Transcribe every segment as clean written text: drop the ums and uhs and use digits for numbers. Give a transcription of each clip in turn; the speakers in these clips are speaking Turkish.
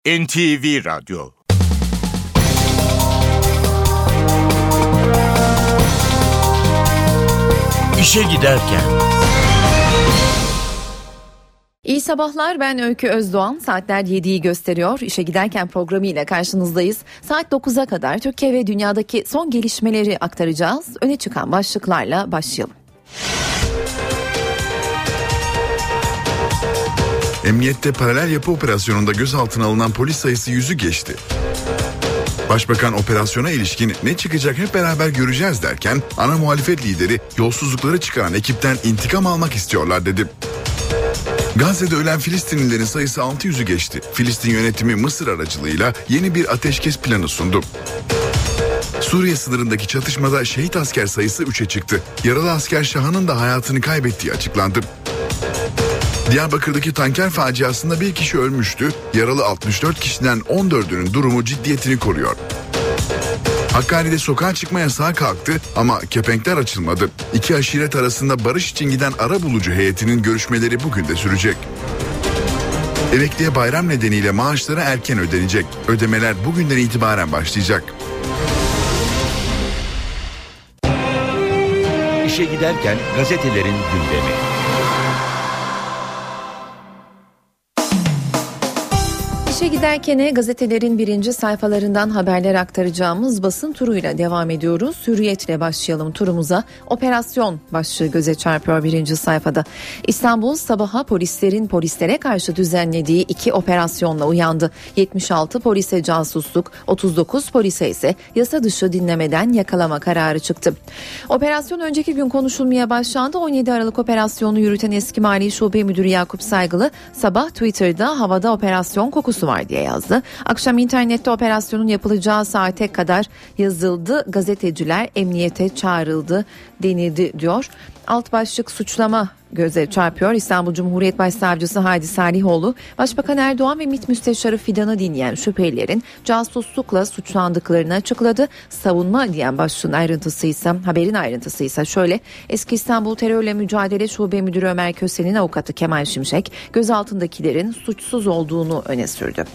NTV Radyo. İşe giderken. İyi sabahlar, ben Öykü Özdoğan. Saatler 7'yi gösteriyor. İşe giderken programıyla karşınızdayız. Saat 9'a kadar Türkiye ve dünyadaki son gelişmeleri aktaracağız. Öne çıkan başlıklarla başlayalım. Emniyette paralel yapı operasyonunda gözaltına alınan polis sayısı 100'ü geçti. Başbakan operasyona ilişkin ne çıkacak hep beraber göreceğiz derken ana muhalefet lideri yolsuzlukları çıkaran ekipten intikam almak istiyorlar dedi. Gazze'de ölen Filistinlilerin sayısı 600'ü geçti. Filistin yönetimi Mısır aracılığıyla yeni bir ateşkes planı sundu. Suriye sınırındaki çatışmada şehit asker sayısı 3'e çıktı. Yaralı asker Şahan'ın da hayatını kaybettiği açıklandı. Diyarbakır'daki tanker faciasında bir kişi ölmüştü. Yaralı 64 kişiden 14'ünün durumu ciddiyetini koruyor. Hakkari'de sokağa çıkma yasağı kalktı ama kepenkler açılmadı. İki aşiret arasında barış için giden arabulucu heyetinin görüşmeleri bugün de sürecek. Emekliye bayram nedeniyle maaşları erken ödenecek. Ödemeler bugünden itibaren başlayacak. İşe giderken gazetelerin gündemi. İşe giderken gazetelerin birinci sayfalarından haberler aktaracağımız basın turuyla devam ediyoruz. Hürriyetle başlayalım turumuza. Operasyon başlığı göze çarpıyor birinci sayfada. İstanbul sabaha polislerin polislere karşı düzenlediği 2 operasyonla uyandı. 76 polise casusluk, 39 polise ise yasa dışı dinlemeden yakalama kararı çıktı. Operasyon önceki gün konuşulmaya başlandı. 17 Aralık operasyonu yürüten eski Mali Şube Müdürü Yakup Saygılı sabah Twitter'da havada operasyon kokusu var diye yazdı. Akşam internette operasyonun yapılacağı saate kadar yazıldı. Gazeteciler emniyete çağrıldı denildi diyor. Alt başlık suçlama göze çarpıyor. İstanbul Cumhuriyet Başsavcısı Hadi Salihoğlu, Başbakan Erdoğan ve MİT Müsteşarı Fidan'ı dinleyen şüphelilerin casuslukla suçlandıklarını açıkladı. Savunma diyen başlığın haberin ayrıntısı ise şöyle. Eski İstanbul Terörle Mücadele Şube Müdürü Ömer Köse'nin avukatı Kemal Şimşek, gözaltındakilerin suçsuz olduğunu öne sürdü.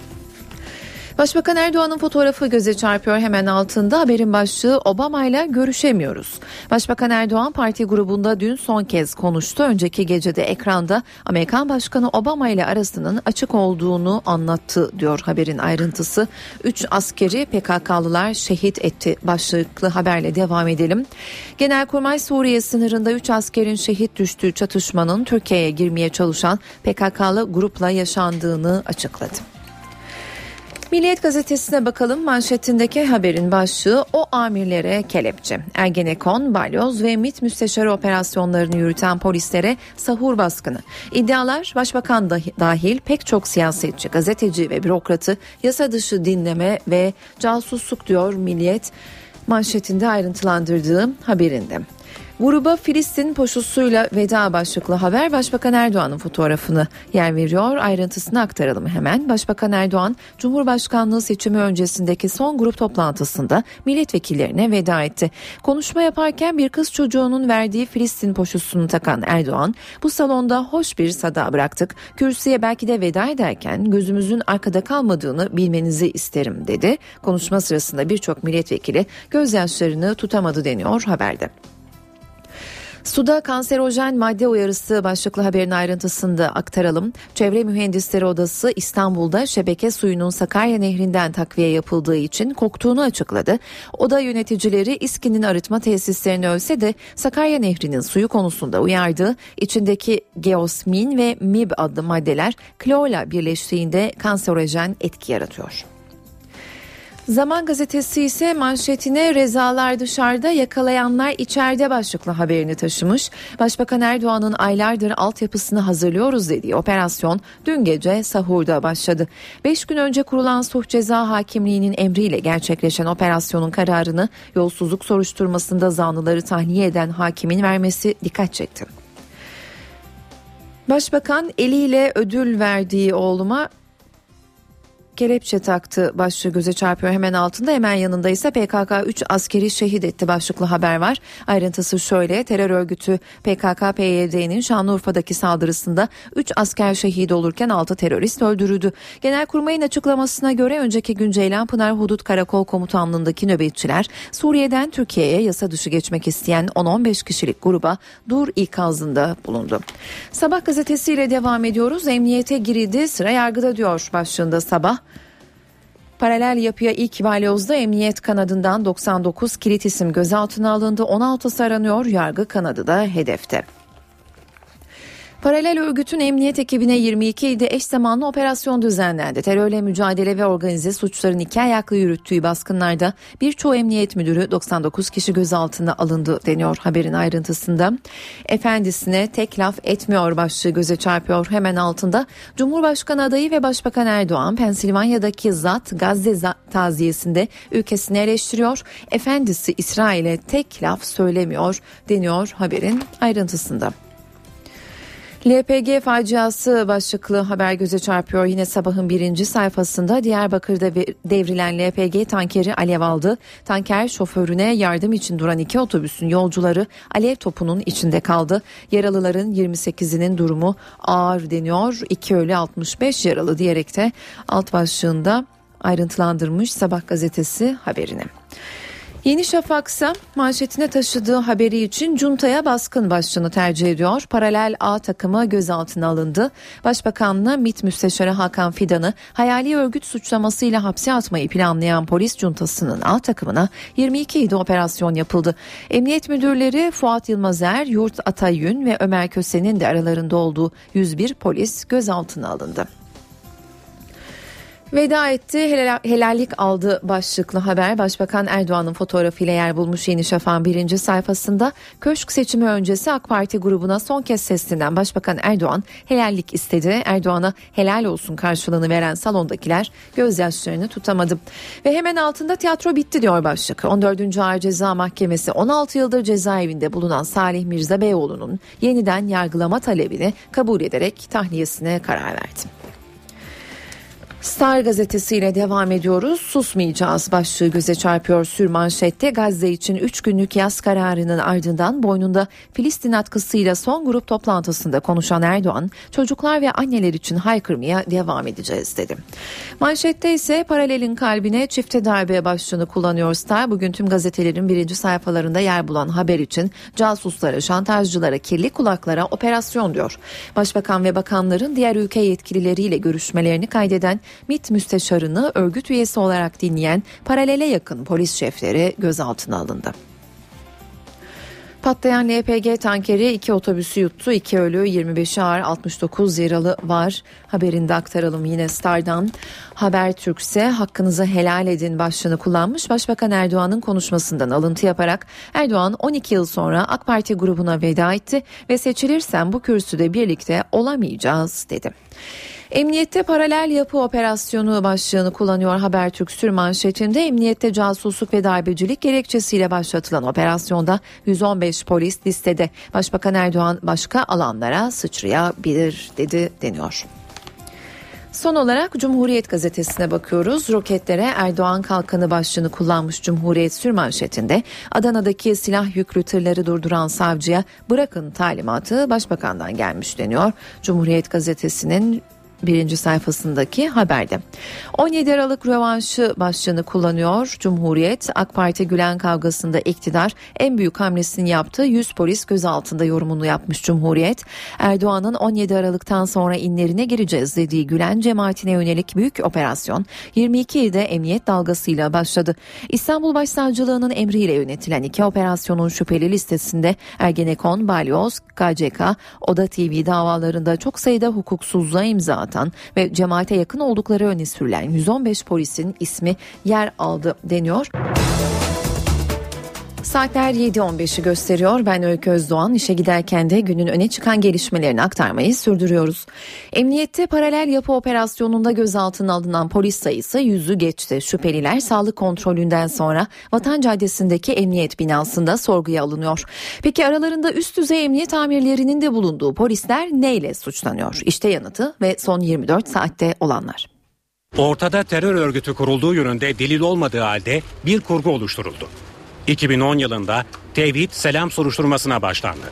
Başbakan Erdoğan'ın fotoğrafı göze çarpıyor, hemen altında haberin başlığı Obama ile görüşemiyoruz. Başbakan Erdoğan parti grubunda dün son kez konuştu. Önceki gecede ekranda Amerikan Başkanı Obama ile arasının açık olduğunu anlattı diyor haberin ayrıntısı. 3 askeri PKK'lılar şehit etti başlıklı haberle devam edelim. Genelkurmay Suriye sınırında 3 askerin şehit düştüğü çatışmanın Türkiye'ye girmeye çalışan PKK'lı grupla yaşandığını açıkladı. Milliyet gazetesine bakalım, manşetindeki haberin başlığı o amirlere kelepçe. Ergenekon, Balyoz ve MİT müsteşarı operasyonlarını yürüten polislere sahur baskını. İddialar başbakan dahil pek çok siyasetçi, gazeteci ve bürokratı yasa dışı dinleme ve casusluk diyor Milliyet manşetinde ayrıntılandırdığı haberinde. Gruba Filistin poşusuyla veda başlıklı haber Başbakan Erdoğan'ın fotoğrafını yer veriyor. Ayrıntısını aktaralım hemen. Başbakan Erdoğan, Cumhurbaşkanlığı seçimi öncesindeki son grup toplantısında milletvekillerine veda etti. Konuşma yaparken bir kız çocuğunun verdiği Filistin poşusunu takan Erdoğan, bu salonda hoş bir sada bıraktık. Kürsüye belki de veda ederken gözümüzün arkada kalmadığını bilmenizi isterim dedi. Konuşma sırasında birçok milletvekili gözyaşlarını tutamadı deniyor haberde. Suda kanserojen madde uyarısı başlıklı haberin ayrıntısında aktaralım. Çevre Mühendisleri Odası İstanbul'da şebeke suyunun Sakarya Nehri'nden takviye yapıldığı için koktuğunu açıkladı. Oda yöneticileri İSKİ'nin arıtma tesislerini ölse de Sakarya Nehri'nin suyu konusunda uyardı. İçindeki geosmin ve MIB adlı maddeler klorla birleştiğinde kanserojen etki yaratıyor. Zaman gazetesi ise manşetine rezalar dışarıda, yakalayanlar içeride başlıklı haberini taşımış. Başbakan Erdoğan'ın aylardır altyapısını hazırlıyoruz dediği operasyon dün gece sahurda başladı. 5 gün önce kurulan Suç Ceza Hakimliği'nin emriyle gerçekleşen operasyonun kararını yolsuzluk soruşturmasında zanlıları tahliye eden hakimin vermesi dikkat çekti. Başbakan eliyle ödül verdiği oğluma kelepçe taktı başlığı göze çarpıyor hemen altında. Hemen yanında ise PKK 3 askeri şehit etti başlıklı haber var. Ayrıntısı şöyle: terör örgütü PKK-PYD'nin Şanlıurfa'daki saldırısında 3 asker şehit olurken 6 terörist öldürüldü. Genelkurmay'ın açıklamasına göre önceki gün Ceylanpınar Hudut Karakol Komutanlığı'ndaki nöbetçiler Suriye'den Türkiye'ye yasa dışı geçmek isteyen 10-15 kişilik gruba dur ikazında bulundu. Sabah gazetesiyle devam ediyoruz. Emniyete girildi, sıra yargıda diyor başlığında Sabah. Paralel yapıya ilk balyozda emniyet kanadından 99 kilit isim gözaltına alındı. 16'sı aranıyor, yargı kanadı da hedefte. Paralel örgütün emniyet ekibine 22 ilde eş zamanlı operasyon düzenlendi. Terörle mücadele ve organize suçların iki ayaklı yürüttüğü baskınlarda birçoğu emniyet müdürü, 99 kişi gözaltına alındı deniyor haberin ayrıntısında. Efendisine tek laf etmiyor başlığı göze çarpıyor hemen altında. Cumhurbaşkanı adayı ve Başbakan Erdoğan Pensilvanya'daki Gazze taziyesinde ülkesini eleştiriyor. Efendisi İsrail'e tek laf söylemiyor deniyor haberin ayrıntısında. LPG faciası başlıklı haber göze çarpıyor yine Sabah'ın birinci sayfasında. Diyarbakır'da devrilen LPG tankeri alev aldı. Tanker şoförüne yardım için duran 2 otobüsün yolcuları alev topunun içinde kaldı. Yaralıların 28'inin durumu ağır deniyor. 2 ölü 65 yaralı diyerek de alt başlığında ayrıntılandırmış Sabah gazetesi haberini. Yeni Şafak'sa manşetine taşıdığı haberi için Cunta'ya baskın başlığını tercih ediyor. Paralel A takımı gözaltına alındı. Başbakanlığı MİT Müsteşarı Hakan Fidan'ı hayali örgüt suçlamasıyla hapse atmayı planlayan polis cuntasının A takımına 22 ilde operasyon yapıldı. Emniyet müdürleri Fuat Yılmazer, Yurt Atayün ve Ömer Köse'nin de aralarında olduğu 101 polis gözaltına alındı. Veda etti, helallik aldı başlıklı haber Başbakan Erdoğan'ın fotoğrafıyla yer bulmuş Yeni Şafak'ın birinci sayfasında. Köşk seçimi öncesi AK Parti grubuna son kez seslenen Başbakan Erdoğan helallik istedi. Erdoğan'a helal olsun karşılığını veren salondakiler gözyaşlarını tutamadı. Ve hemen altında tiyatro bitti diyor başlık. 14. Ağır Ceza Mahkemesi 16 yıldır cezaevinde bulunan Salih Mirza Beyoğlu'nun yeniden yargılama talebini kabul ederek tahliyesine karar verdi. Star gazetesiyle devam ediyoruz. Susmayacağız başlığı göze çarpıyor sürmanşette. Gazze için 3 günlük yas kararının ardından boynunda Filistin atkısıyla son grup toplantısında konuşan Erdoğan, çocuklar ve anneler için haykırmaya devam edeceğiz dedi. Manşette ise paralelin kalbine çifte darbe başlığını kullanıyor Star. Bugün tüm gazetelerin birinci sayfalarında yer bulan haber için casuslara, şantajcılara, kirli kulaklara operasyon diyor. Başbakan ve bakanların diğer ülke yetkilileriyle görüşmelerini kaydeden MİT müsteşarını örgüt üyesi olarak dinleyen paralele yakın polis şefleri gözaltına alındı. Patlayan LPG tankeri 2 otobüsü yuttu. 2 ölü, 25'i ağır, 69 yaralı var. Haberinde aktaralım yine Star'dan. Habertürk ise hakkınızı helal edin başlığını kullanmış. Başbakan Erdoğan'ın konuşmasından alıntı yaparak Erdoğan 12 yıl sonra AK Parti grubuna veda etti ve seçilirsem bu kürsüde birlikte olamayacağız dedi. Emniyette paralel yapı operasyonu başlığını kullanıyor Habertürk sürmanşetinde. Emniyette casusluk ve darbecilik gerekçesiyle başlatılan operasyonda 115 polis listede. Başbakan Erdoğan başka alanlara sıçrayabilir dedi deniyor. Son olarak Cumhuriyet gazetesine bakıyoruz. Roketlere Erdoğan kalkanı başlığını kullanmış Cumhuriyet sürmanşetinde Adana'daki silah yüklü tırları durduran savcıya bırakın talimatı başbakandan gelmiş deniyor. Cumhuriyet gazetesinin birinci sayfasındaki haberde. 17 Aralık rövanşı başlığını kullanıyor Cumhuriyet. AK Parti Gülen kavgasında iktidar en büyük hamlesini yaptı. 100 polis gözaltında yorumunu yapmış Cumhuriyet. Erdoğan'ın 17 Aralık'tan sonra inlerine gireceğiz dediği Gülen cemaatine yönelik büyük operasyon 22 ilde emniyet dalgasıyla başladı. İstanbul Başsavcılığı'nın emriyle yönetilen 2 operasyonun şüpheli listesinde Ergenekon, Balyoz, KCK, Oda TV davalarında çok sayıda hukuksuzluğa imza atan ve cemaate yakın oldukları öne sürülen 115 polisin ismi yer aldı deniyor. Saatler 7.15'i gösteriyor. Ben Öykü Özdoğan. İşe giderken de günün öne çıkan gelişmelerini aktarmayı sürdürüyoruz. Emniyette paralel yapı operasyonunda gözaltına alınan polis sayısı 100'ü geçti. Şüpheliler sağlık kontrolünden sonra Vatan Caddesi'ndeki emniyet binasında sorguya alınıyor. Peki aralarında üst düzey emniyet amirlerinin de bulunduğu polisler neyle suçlanıyor? İşte yanıtı ve son 24 saatte olanlar. Ortada terör örgütü kurulduğu yönünde delil olmadığı halde bir kurgu oluşturuldu. 2010 yılında Tevhid Selam soruşturmasına başlandı.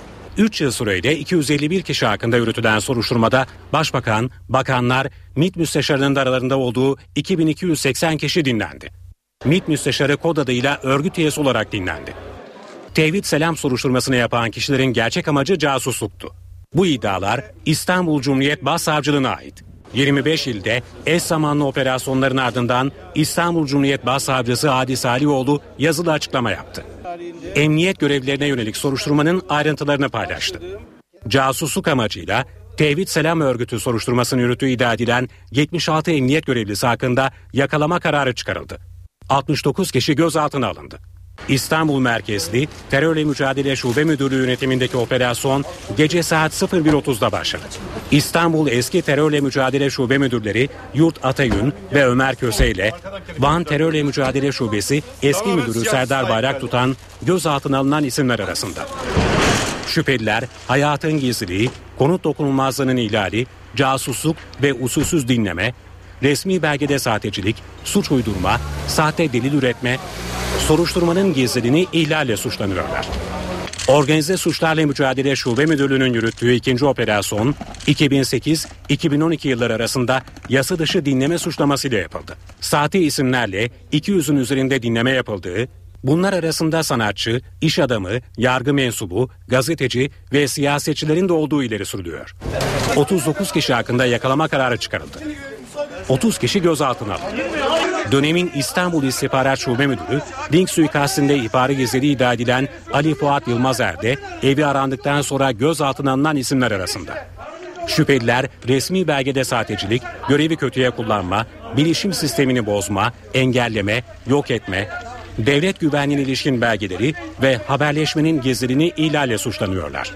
3 yıl süreyle 251 kişi hakkında yürütülen soruşturmada Başbakan, bakanlar, MİT müsteşarının da aralarında olduğu 2280 kişi dinlendi. MİT müsteşarı kod adıyla örgüt üyesi olarak dinlendi. Tevhid Selam soruşturmasını yapan kişilerin gerçek amacı casusluktu. Bu iddialar İstanbul Cumhuriyet Başsavcılığına ait. 25 ilde eş zamanlı operasyonların ardından İstanbul Cumhuriyet Başsavcısı Hadi Salihoğlu yazılı açıklama yaptı. Emniyet görevlilerine yönelik soruşturmanın ayrıntılarını paylaştı. Casusluk amacıyla Tevhid Selam örgütü soruşturmasını yürüttüğü iddia edilen 76 emniyet görevlisi hakkında yakalama kararı çıkarıldı. 69 kişi gözaltına alındı. İstanbul merkezli Terörle Mücadele Şube Müdürlüğü yönetimindeki operasyon gece saat 01.30'da başladı. İstanbul Eski Terörle Mücadele Şube Müdürleri Yurt Atayün ve Ömer Köse ile Van Terörle Mücadele Şubesi Eski Müdürü Serdar Bayraktutan gözaltına alınan isimler arasında. Şüpheliler hayatın gizliliği, konut dokunulmazlığının ihlali, casusluk ve usulsüz dinleme, resmi belgede sahtecilik, suç uydurma, sahte delil üretme, soruşturmanın gizliliğini ihlalle suçlanıyorlar. Organize Suçlarla Mücadele Şube Müdürlüğü'nün yürüttüğü ikinci operasyon 2008-2012 yılları arasında yasa dışı dinleme suçlamasıyla yapıldı. Sahte isimlerle 200'ün üzerinde dinleme yapıldığı, bunlar arasında sanatçı, iş adamı, yargı mensubu, gazeteci ve siyasetçilerin de olduğu ileri sürülüyor. 39 kişi hakkında yakalama kararı çıkarıldı. 30 kişi gözaltına alındı. Dönemin İstanbul İstihbarat Şube Müdürü, Dink suikastinde ihbarı gizlediği iddia edilen Ali Fuat Yılmazer de evi arandıktan sonra gözaltına alınan isimler arasında. Şüpheliler resmi belgede sahtecilik, görevi kötüye kullanma, bilişim sistemini bozma, engelleme, yok etme, devlet güvenliğine ilişkin belgeleri ve haberleşmenin gizliliğini ihlalle suçlanıyorlar.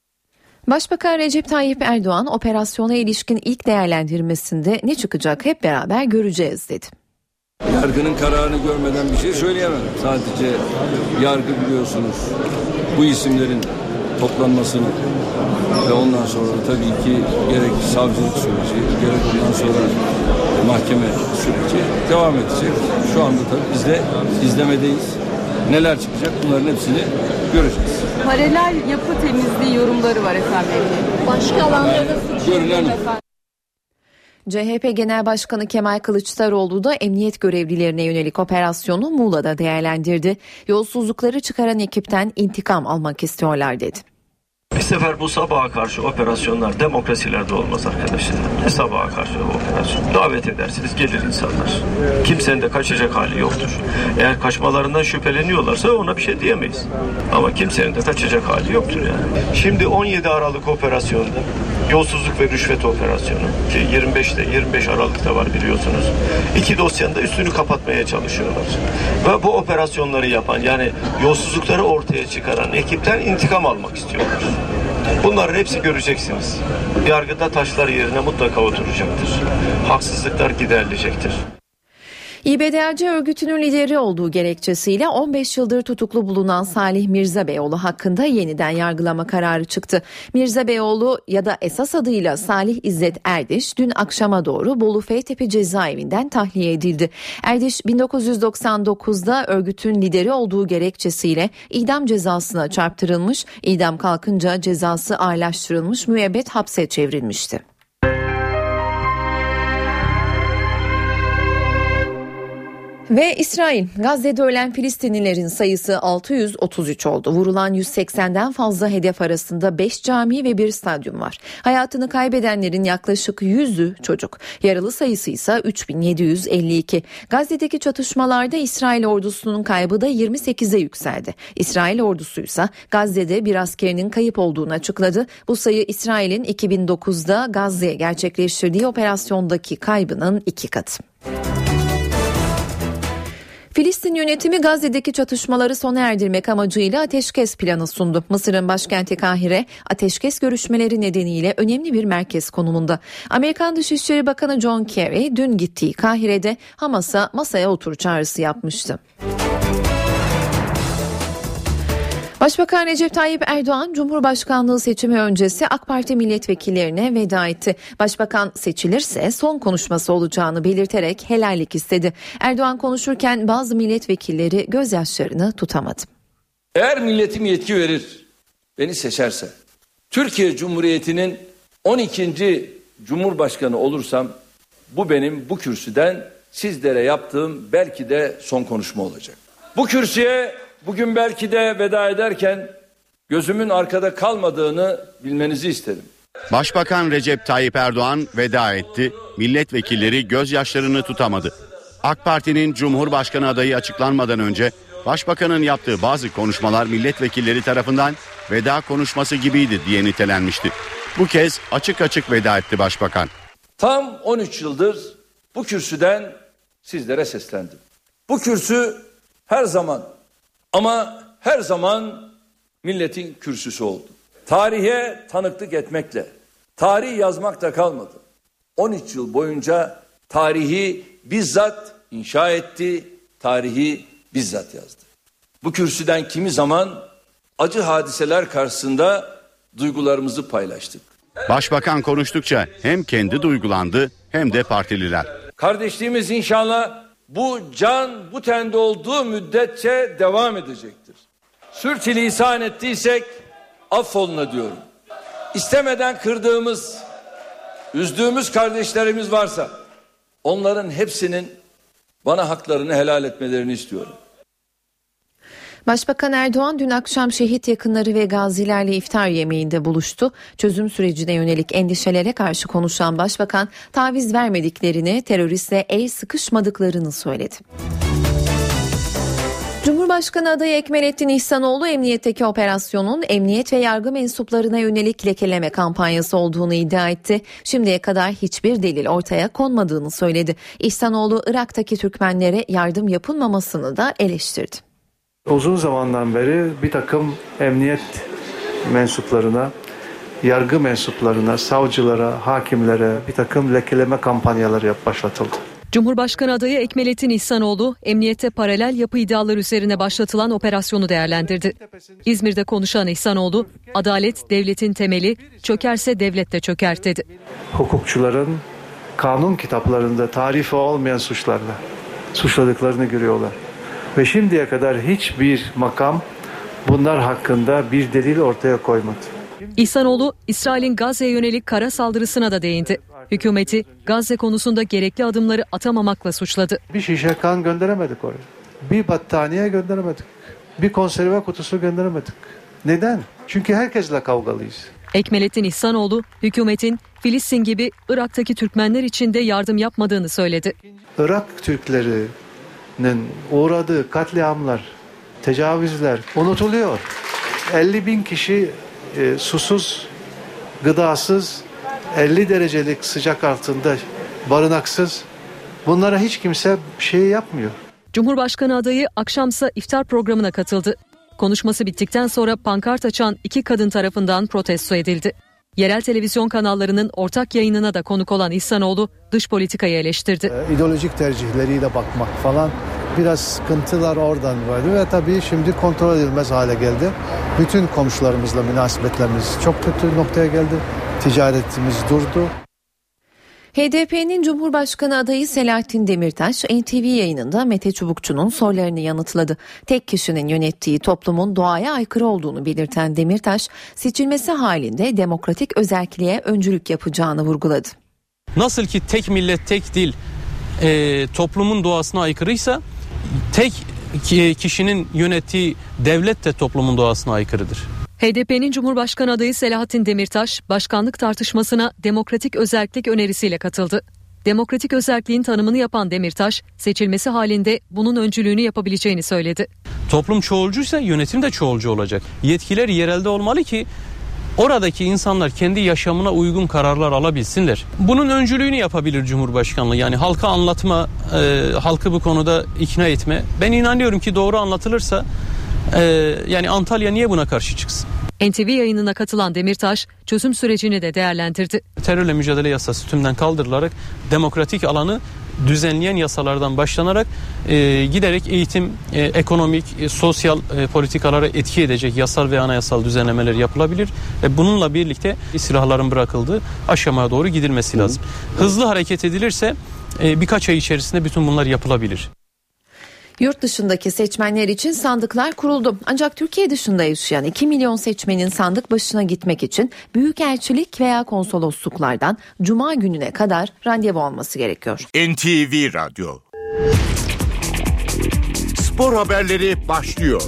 Başbakan Recep Tayyip Erdoğan operasyona ilişkin ilk değerlendirmesinde ne çıkacak hep beraber göreceğiz dedi. Yargının kararını görmeden bir şey söyleyemem. Sadece yargı biliyorsunuz bu isimlerin toplanmasını ve ondan sonra tabii ki gerek savcılık süreci gerek ondan sonra mahkeme süreci devam edecek. Şu anda tabii biz de izlemedeyiz. Neler çıkacak bunların hepsini göreceğiz. Paralel yapı temizliği yorumları var efendim. Başka alanlarda görülen CHP Genel Başkanı Kemal Kılıçdaroğlu da emniyet görevlilerine yönelik operasyonu Muğla'da değerlendirdi. Yolsuzlukları çıkaran ekipten intikam almak istiyorlar dedi. Bir sefer bu sabaha karşı operasyonlar demokrasilerde olmaz arkadaşlar. Ne sabaha karşı operasyon? Davet edersiniz, gelir insanlar. Kimsenin de kaçacak hali yoktur. Eğer kaçmalarından şüpheleniyorlarsa ona bir şey diyemeyiz. Ama kimsenin de kaçacak hali yoktur yani. Şimdi 17 Aralık operasyonda yolsuzluk ve rüşvet operasyonu ki 25 Aralık'ta var biliyorsunuz. 2 dosyanın da üstünü kapatmaya çalışıyorlar. Ve bu operasyonları yapan yani yolsuzlukları ortaya çıkaran ekipten intikam almak istiyorlar. Bunların hepsi göreceksiniz. Yargıda taşlar yerine mutlaka oturacaktır. Haksızlıklar giderilecektir. İBDAC örgütünün lideri olduğu gerekçesiyle 15 yıldır tutuklu bulunan Salih Mirzabeyoğlu hakkında yeniden yargılama kararı çıktı. Mirzabeyoğlu ya da esas adıyla Salih İzzet Erdiş dün akşama doğru Bolu Feytepe cezaevinden tahliye edildi. Erdiş 1999'da örgütün lideri olduğu gerekçesiyle idam cezasına çarptırılmış, idam kalkınca cezası ağırlaştırılmış, müebbet hapse çevrilmişti. Ve İsrail, Gazze'de ölen Filistinlilerin sayısı 633 oldu. Vurulan 180'den fazla hedef arasında 5 cami ve 1 stadyum var. Hayatını kaybedenlerin yaklaşık 100'ü çocuk. Yaralı sayısı ise 3752. Gazze'deki çatışmalarda İsrail ordusunun kaybı da 28'e yükseldi. İsrail ordusu ise Gazze'de bir askerinin kayıp olduğunu açıkladı. Bu sayı İsrail'in 2009'da Gazze'ye gerçekleştirdiği operasyondaki kaybının 2 katı. Filistin yönetimi Gazze'deki çatışmaları sona erdirmek amacıyla ateşkes planı sundu. Mısır'ın başkenti Kahire, ateşkes görüşmeleri nedeniyle önemli bir merkez konumunda. Amerikan Dışişleri Bakanı John Kerry dün gittiği Kahire'de Hamas'a masaya otur çağrısı yapmıştı. Başbakan Recep Tayyip Erdoğan, Cumhurbaşkanlığı seçimi öncesi AK Parti milletvekillerine veda etti. Başbakan seçilirse son konuşması olacağını belirterek helallik istedi. Erdoğan konuşurken bazı milletvekilleri gözyaşlarını tutamadı. Eğer milletim yetki verir, beni seçerse, Türkiye Cumhuriyeti'nin 12. Cumhurbaşkanı olursam, bu benim bu kürsüden sizlere yaptığım belki de son konuşma olacak. Bu kürsüye bugün belki de veda ederken gözümün arkada kalmadığını bilmenizi isterim. Başbakan Recep Tayyip Erdoğan veda etti. Milletvekilleri gözyaşlarını tutamadı. AK Parti'nin Cumhurbaşkanı adayı açıklanmadan önce Başbakanın yaptığı bazı konuşmalar milletvekilleri tarafından veda konuşması gibiydi diye nitelenmişti. Bu kez açık açık veda etti Başbakan. Tam 13 yıldır bu kürsüden sizlere seslendim. Bu kürsü her zaman ama her zaman milletin kürsüsü oldu. Tarihe tanıklık etmekle, tarih yazmakla kalmadı. 13 yıl boyunca tarihi bizzat inşa etti, tarihi bizzat yazdı. Bu kürsüden kimi zaman acı hadiseler karşısında duygularımızı paylaştık. Başbakan konuştukça hem kendi duygulandı hem de partililer. Kardeşliğimiz inşallah bu can bu tende olduğu müddetçe devam edecektir. Sürçülisan ettiysek affoluna diyorum. İstemeden kırdığımız, üzdüğümüz kardeşlerimiz varsa onların hepsinin bana haklarını helal etmelerini istiyorum. Başbakan Erdoğan dün akşam şehit yakınları ve gazilerle iftar yemeğinde buluştu. Çözüm sürecine yönelik endişelere karşı konuşan Başbakan taviz vermediklerini, teröristle el sıkışmadıklarını söyledi. Cumhurbaşkanı adayı Ekmelettin İhsanoğlu emniyetteki operasyonun emniyet ve yargı mensuplarına yönelik lekeleme kampanyası olduğunu iddia etti. Şimdiye kadar hiçbir delil ortaya konmadığını söyledi. İhsanoğlu Irak'taki Türkmenlere yardım yapılmamasını da eleştirdi. Uzun zamandan beri bir takım emniyet mensuplarına, yargı mensuplarına, savcılara, hakimlere bir takım lekeleme kampanyaları başlatıldı. Cumhurbaşkanı adayı Ekmelettin İhsanoğlu, emniyette paralel yapı iddiaları üzerine başlatılan operasyonu değerlendirdi. İzmir'de konuşan İhsanoğlu, adalet devletin temeli, çökerse devlet de çöker dedi. Hukukçuların kanun kitaplarında tarifi olmayan suçlarla suçladıklarını görüyorlar. Ve şimdiye kadar hiçbir makam bunlar hakkında bir delil ortaya koymadı. İhsanoğlu, İsrail'in Gazze'ye yönelik kara saldırısına da değindi. Hükümeti Gazze konusunda gerekli adımları atamamakla suçladı. Bir şişe kan gönderemedik oraya. Bir battaniye gönderemedik. Bir konserve kutusu gönderemedik. Neden? Çünkü herkesle kavgalıyız. Ekmelettin İhsanoğlu, hükümetin Filistin gibi Irak'taki Türkmenler için de yardım yapmadığını söyledi. Irak Türklerinin uğradığı katliamlar, tecavüzler unutuluyor. 50.000 kişi susuz, gıdasız, 50 derecelik sıcak altında barınaksız. Bunlara hiç kimse şey yapmıyor. Cumhurbaşkanı adayı akşamsa iftar programına katıldı. Konuşması bittikten sonra pankart açan iki kadın tarafından protesto edildi. Yerel televizyon kanallarının ortak yayınına da konuk olan İhsanoğlu dış politikayı eleştirdi. İdeolojik tercihleriyle bakmak falan biraz sıkıntılar oradan vardı ve tabii şimdi kontrol edilmez hale geldi. Bütün komşularımızla münasebetlerimiz çok kötü noktaya geldi. Ticaretimiz durdu. HDP'nin Cumhurbaşkanı adayı Selahattin Demirtaş, NTV yayınında Mete Çubukçu'nun sorularını yanıtladı. Tek kişinin yönettiği toplumun doğaya aykırı olduğunu belirten Demirtaş, seçilmesi halinde demokratik özerkliğe öncülük yapacağını vurguladı. Nasıl ki tek millet, tek dil toplumun doğasına aykırıysa, tek kişinin yönettiği devlet de toplumun doğasına aykırıdır. HDP'nin Cumhurbaşkanı adayı Selahattin Demirtaş, başkanlık tartışmasına demokratik özerklik önerisiyle katıldı. Demokratik özerkliğin tanımını yapan Demirtaş, seçilmesi halinde bunun öncülüğünü yapabileceğini söyledi. Toplum çoğulcuysa yönetim de çoğulcu olacak. Yetkiler yerelde olmalı ki oradaki insanlar kendi yaşamına uygun kararlar alabilsinler. Bunun öncülüğünü yapabilir Cumhurbaşkanlığı. Yani halka anlatma, halkı bu konuda ikna etme. Ben inanıyorum ki doğru anlatılırsa yani Antalya niye buna karşı çıksın? NTV yayınına katılan Demirtaş çözüm sürecini de değerlendirdi. Terörle mücadele yasası tümden kaldırılarak demokratik alanı düzenleyen yasalardan başlanarak giderek eğitim, ekonomik, sosyal politikalara etki edecek yasal ve anayasal düzenlemeler yapılabilir. Bununla birlikte silahların bırakıldığı aşamaya doğru gidilmesi lazım. Hızlı hareket edilirse birkaç ay içerisinde bütün bunlar yapılabilir. Yurt dışındaki seçmenler için sandıklar kuruldu. Ancak Türkiye dışında yaşayan 2 milyon seçmenin sandık başına gitmek için büyükelçilik veya konsolosluklardan Cuma gününe kadar randevu alması gerekiyor. NTV Radyo. Spor haberleri başlıyor.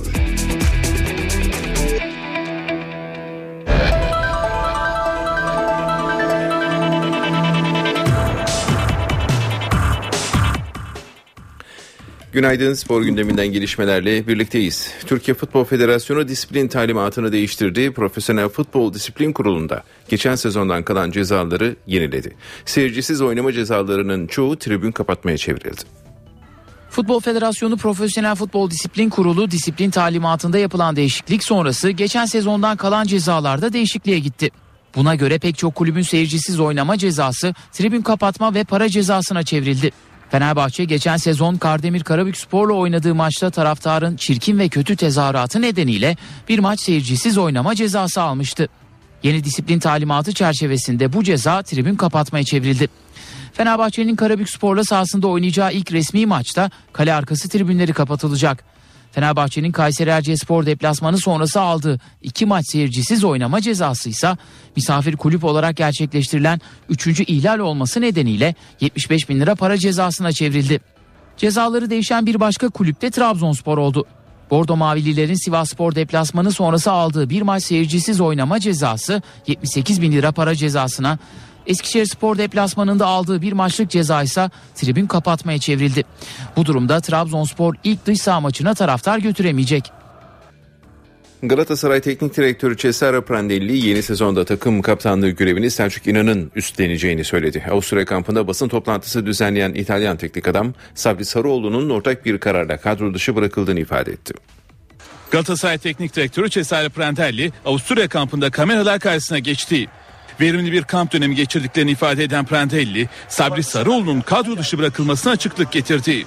Günaydın, spor gündeminden gelişmelerle birlikteyiz. Türkiye Futbol Federasyonu disiplin talimatını değiştirdi. Profesyonel Futbol Disiplin Kurulu'nda geçen sezondan kalan cezaları yeniledi. Seyircisiz oynama cezalarının çoğu tribün kapatmaya çevrildi. Futbol Federasyonu Profesyonel Futbol Disiplin Kurulu disiplin talimatında yapılan değişiklik sonrası geçen sezondan kalan cezalarda değişikliğe gitti. Buna göre pek çok kulübün seyircisiz oynama cezası tribün kapatma ve para cezasına çevrildi. Fenerbahçe geçen sezon Kardemir Karabükspor'la oynadığı maçta taraftarın çirkin ve kötü tezahüratı nedeniyle bir maç seyircisiz oynama cezası almıştı. Yeni disiplin talimatı çerçevesinde bu ceza tribün kapatmaya çevrildi. Fenerbahçe'nin Karabükspor'la sahasında oynayacağı ilk resmi maçta kale arkası tribünleri kapatılacak. Fenerbahçe'nin Kayseri Erciyesspor deplasmanı sonrası aldığı 2 maç seyircisiz oynama cezası ise misafir kulüp olarak gerçekleştirilen 3. ihlal olması nedeniyle 75 bin lira para cezasına çevrildi. Cezaları değişen bir başka kulüp de Trabzonspor oldu. Bordo Mavililerin Sivasspor deplasmanı sonrası aldığı bir maç seyircisiz oynama cezası 78 bin lira para cezasına, Eskişehirspor deplasmanında aldığı bir maçlık ceza ise tribün kapatmaya çevrildi. Bu durumda Trabzonspor ilk dış saha maçına taraftar götüremeyecek. Galatasaray Teknik Direktörü Cesare Prandelli yeni sezonda takım kaptanlığı görevini Selçuk İnan'ın üstleneceğini söyledi. Avusturya kampında basın toplantısı düzenleyen İtalyan teknik adam Sabri Sarıoğlu'nun ortak bir kararla kadro dışı bırakıldığını ifade etti. Galatasaray Teknik Direktörü Cesare Prandelli Avusturya kampında kameralar karşısına geçti. Verimli bir kamp dönemi geçirdiklerini ifade eden Prandelli, Sabri Sarıoğlu'nun kadro dışı bırakılmasına açıklık getirdi.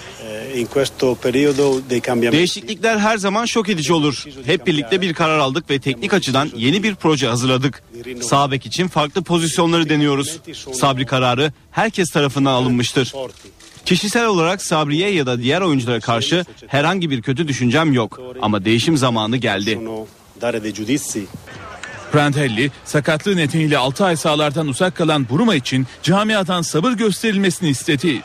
Değişiklikler her zaman şok edici olur. Hep birlikte bir karar aldık ve teknik açıdan yeni bir proje hazırladık. Sağ bek için farklı pozisyonları deniyoruz. Sabri kararı herkes tarafından alınmıştır. Kişisel olarak Sabri'ye ya da diğer oyunculara karşı herhangi bir kötü düşüncem yok. Ama değişim zamanı geldi. Prandelli, sakatlığı nedeniyle 6 ay sahalardan uzak kalan Buruma için camiadan sabır gösterilmesini istedi.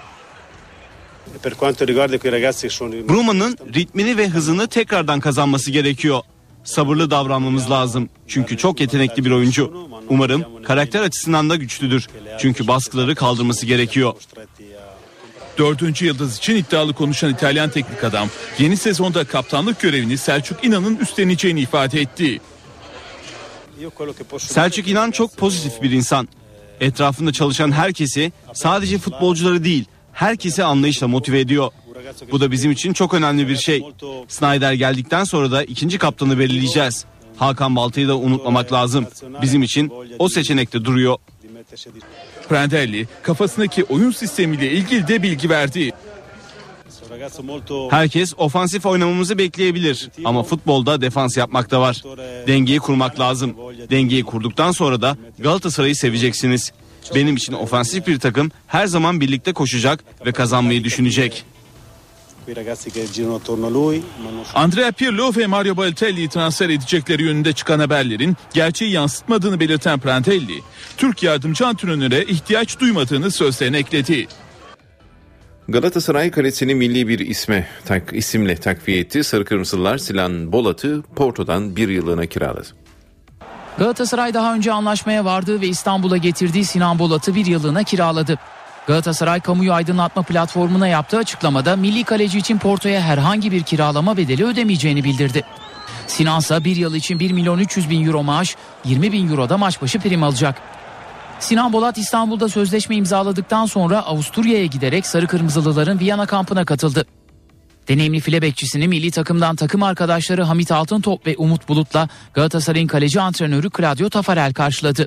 Bruma'nın ritmini ve hızını tekrardan kazanması gerekiyor. Sabırlı davranmamız lazım. Çünkü çok yetenekli bir oyuncu. Umarım karakter açısından da güçlüdür. Çünkü baskıları kaldırması gerekiyor. 4. yıldız için iddialı konuşan İtalyan teknik adam yeni sezonda kaptanlık görevini Selçuk İnan'ın üstleneceğini ifade etti. Selçuk İnan çok pozitif bir insan. Etrafında çalışan herkesi, sadece futbolcuları değil, herkesi anlayışla motive ediyor. Bu da bizim için çok önemli bir şey. Snyder geldikten sonra da ikinci kaptanı belirleyeceğiz. Hakan Balta'yı da unutmamak lazım. Bizim için o seçenekte duruyor. Prandelli kafasındaki oyun sistemiyle ilgili de bilgi verdi. Herkes ofansif oynamamızı bekleyebilir ama futbolda defans yapmak da var. Dengeyi kurmak lazım. Dengeyi kurduktan sonra da Galatasaray'ı seveceksiniz. Benim için ofansif bir takım her zaman birlikte koşacak ve kazanmayı düşünecek. Andrea Pirlo ve Mario Balotelli'yi transfer edecekleri yönünde çıkan haberlerin gerçeği yansıtmadığını belirten Prandelli, Türk yardımcı antrenöre ihtiyaç duymadığını sözlerine ekledi. Galatasaray kalesini milli bir isimle takviye etti. Sarı Kırmızılar Sinan Bolat'ı Porto'dan bir yıllığına kiraladı. Galatasaray daha önce anlaşmaya vardığı ve İstanbul'a getirdiği Sinan Bolat'ı bir yıllığına kiraladı. Galatasaray kamuyu aydınlatma platformuna yaptığı açıklamada milli kaleci için Porto'ya herhangi bir kiralama bedeli ödemeyeceğini bildirdi. Sinan ise bir yıl için 1.300.000 euro maaş, 20.000 euro da maç başı prim alacak. Sinan Bolat İstanbul'da sözleşme imzaladıktan sonra Avusturya'ya giderek Sarı Kırmızılıların Viyana kampına katıldı. Deneyimli file bekçisini milli takımdan takım arkadaşları Hamit Altıntop ve Umut Bulut'la Galatasaray'ın kaleci antrenörü Claudio Taffarel karşıladı.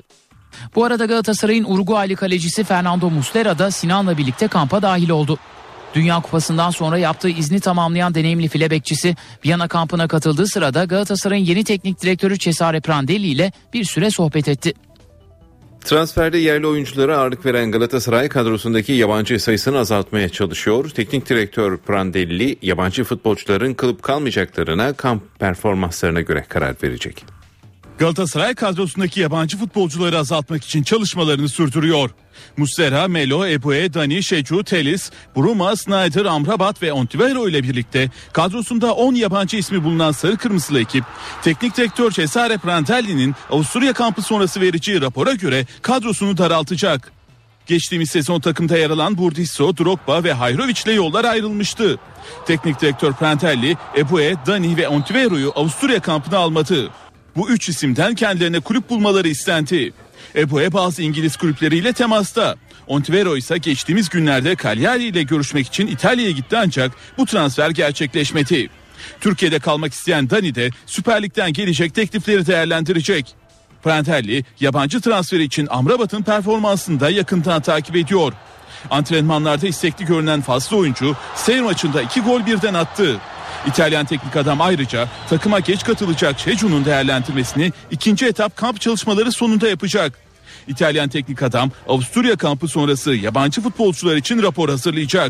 Bu arada Galatasaray'ın Uruguaylı kalecisi Fernando Muslera da Sinan'la birlikte kampa dahil oldu. Dünya Kupası'ndan sonra yaptığı izni tamamlayan deneyimli file bekçisi Viyana kampına katıldığı sırada Galatasaray'ın yeni teknik direktörü Cesare Prandelli ile bir süre sohbet etti. Transferde yerli oyunculara ağırlık veren Galatasaray kadrosundaki yabancı sayısını azaltmaya çalışıyor. Teknik direktör Prandelli yabancı futbolcuların kalıp kalmayacaklarına kamp performanslarına göre karar verecek. Galatasaray kadrosundaki yabancı futbolcuları azaltmak için çalışmalarını sürdürüyor. Muslera, Melo, Ebue, Dani, Şecu, Telis, Bruma, Snyder, Amrabat ve Ontivero ile birlikte kadrosunda 10 yabancı ismi bulunan sarı kırmızılı ekip, teknik direktör Cesare Prandelli'nin Avusturya kampı sonrası vereceği rapora göre kadrosunu daraltacak. Geçtiğimiz sezon takımda yer alan Burdisso, Drogba ve Hayrovic ile yollar ayrılmıştı. Teknik direktör Prandelli, Ebue, Dani ve Ontivero'yu Avusturya kampına almadı. Bu 3 isimden kendilerine kulüp bulmaları istendi. Ebue bazı İngiliz kulüpleriyle temasta. Ontivero ise geçtiğimiz günlerde Cagliari ile görüşmek için İtalya'ya gitti ancak bu transfer gerçekleşmedi. Türkiye'de kalmak isteyen Dani de Süper Lig'den gelecek teklifleri değerlendirecek. Prandelli yabancı transferi için Amrabat'ın performansını da yakından takip ediyor. Antrenmanlarda istekli görünen faslı oyuncu seyir maçında 2 gol birden attı. İtalyan teknik adam ayrıca takıma geç katılacak Şecu'nun değerlendirmesini ikinci etap kamp çalışmaları sonunda yapacak. İtalyan teknik adam Avusturya kampı sonrası yabancı futbolcular için rapor hazırlayacak.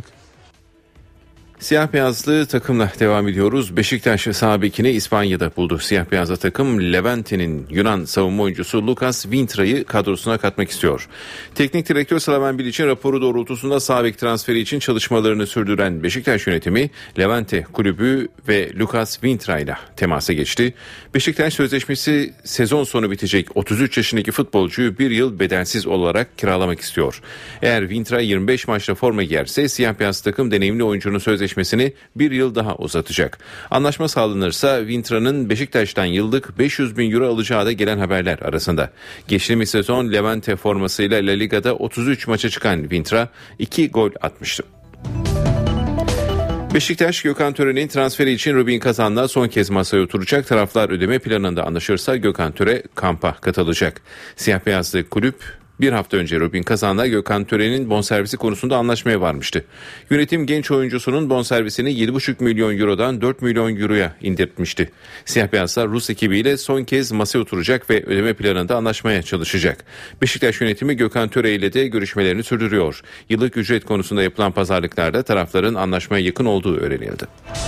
Siyah beyazlı takımla devam ediyoruz. Beşiktaş sağ bekini İspanya'da buldu. Siyah beyazlı takım Levante'nin Yunan savunma oyuncusu Lucas Vintra'yı kadrosuna katmak istiyor. Teknik direktör Slaven Bilic'in raporu doğrultusunda sağ bek transferi için çalışmalarını sürdüren Beşiktaş yönetimi Levante kulübü ve Lucas Vintra ile temasa geçti. Beşiktaş sözleşmesi sezon sonu bitecek 33 yaşındaki futbolcuyu bir yıl bedelsiz olarak kiralamak istiyor. Eğer Vintra 25 maçta forma giyerse siyah beyaz takım deneyimli oyuncunun sözleşmesini bir yıl daha uzatacak. Anlaşma sağlanırsa Vintra'nın Beşiktaş'tan yıllık 500 bin euro alacağı da gelen haberler arasında. Geçtiğimiz sezon Levante formasıyla La Liga'da 33 maça çıkan Vintra 2 gol atmıştı. Beşiktaş Gökhan Töre'nin transferi için Rubin Kazan'la son kez masaya oturacak. Taraflar ödeme planında anlaşırsa Gökhan Töre kampa katılacak. Siyah beyazlı kulüp bir hafta önce Rubin Kazan'la Gökhan Töre'nin bonservisi konusunda anlaşmaya varmıştı. Yönetim genç oyuncusunun bonservisini 7,5 milyon eurodan 4 milyon euroya indirtmişti. Siyah beyazlar Rus ekibiyle son kez masaya oturacak ve ödeme planında anlaşmaya çalışacak. Beşiktaş yönetimi Gökhan Töre ile de görüşmelerini sürdürüyor. Yıllık ücret konusunda yapılan pazarlıklarda tarafların anlaşmaya yakın olduğu öğrenildi.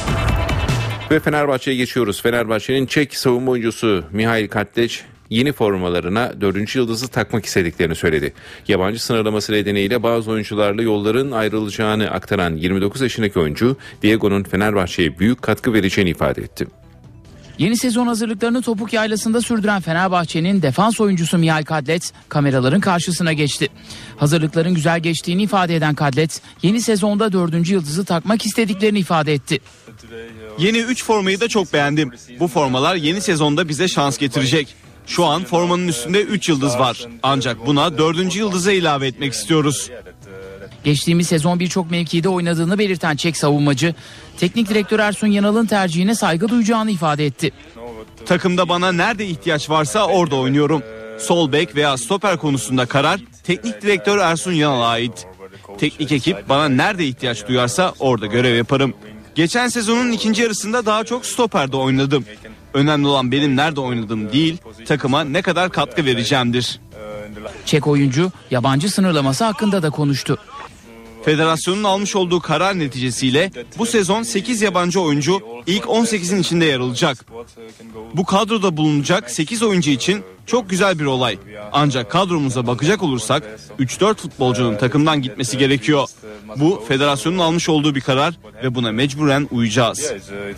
Ve Fenerbahçe'ye geçiyoruz. Fenerbahçe'nin Çek savunma oyuncusu Mihail Katleç yeni formalarına 4. yıldızı takmak istediklerini söyledi. Yabancı sınırlaması nedeniyle bazı oyuncularla yolların ayrılacağını aktaran 29 yaşındaki oyuncu Diego'nun Fenerbahçe'ye büyük katkı vereceğini ifade etti. Yeni sezon hazırlıklarını Topuk Yaylası'nda sürdüren Fenerbahçe'nin defans oyuncusu Mihail Kadlec kameraların karşısına geçti. Hazırlıkların güzel geçtiğini ifade eden Kadlec yeni sezonda 4. yıldızı takmak istediklerini ifade etti. Yeni 3 formayı da çok beğendim. Bu formalar yeni sezonda bize şans getirecek. Şu an formanın üstünde 3 yıldız var. Ancak buna 4. yıldızı ilave etmek istiyoruz. Geçtiğimiz sezon birçok mevkide oynadığını belirten Çek savunmacı, teknik direktör Ersun Yanal'ın tercihine saygı duyacağını ifade etti. Takımda bana nerede ihtiyaç varsa orada oynuyorum. Sol bek veya stoper konusunda karar teknik direktör Ersun Yanal'a ait. Teknik ekip bana nerede ihtiyaç duyarsa orada görev yaparım. Geçen sezonun ikinci yarısında daha çok stoperde oynadım. Önemli olan benim nerede oynadığım değil, takıma ne kadar katkı vereceğimdir. Çek oyuncu yabancı sınırlaması hakkında da konuştu. Federasyonun almış olduğu karar neticesiyle bu sezon 8 yabancı oyuncu ilk 18'in içinde yer alacak. Bu kadroda bulunacak 8 oyuncu için çok güzel bir olay. Ancak kadromuza bakacak olursak 3-4 futbolcunun takımdan gitmesi gerekiyor. Bu federasyonun almış olduğu bir karar ve buna mecburen uyacağız.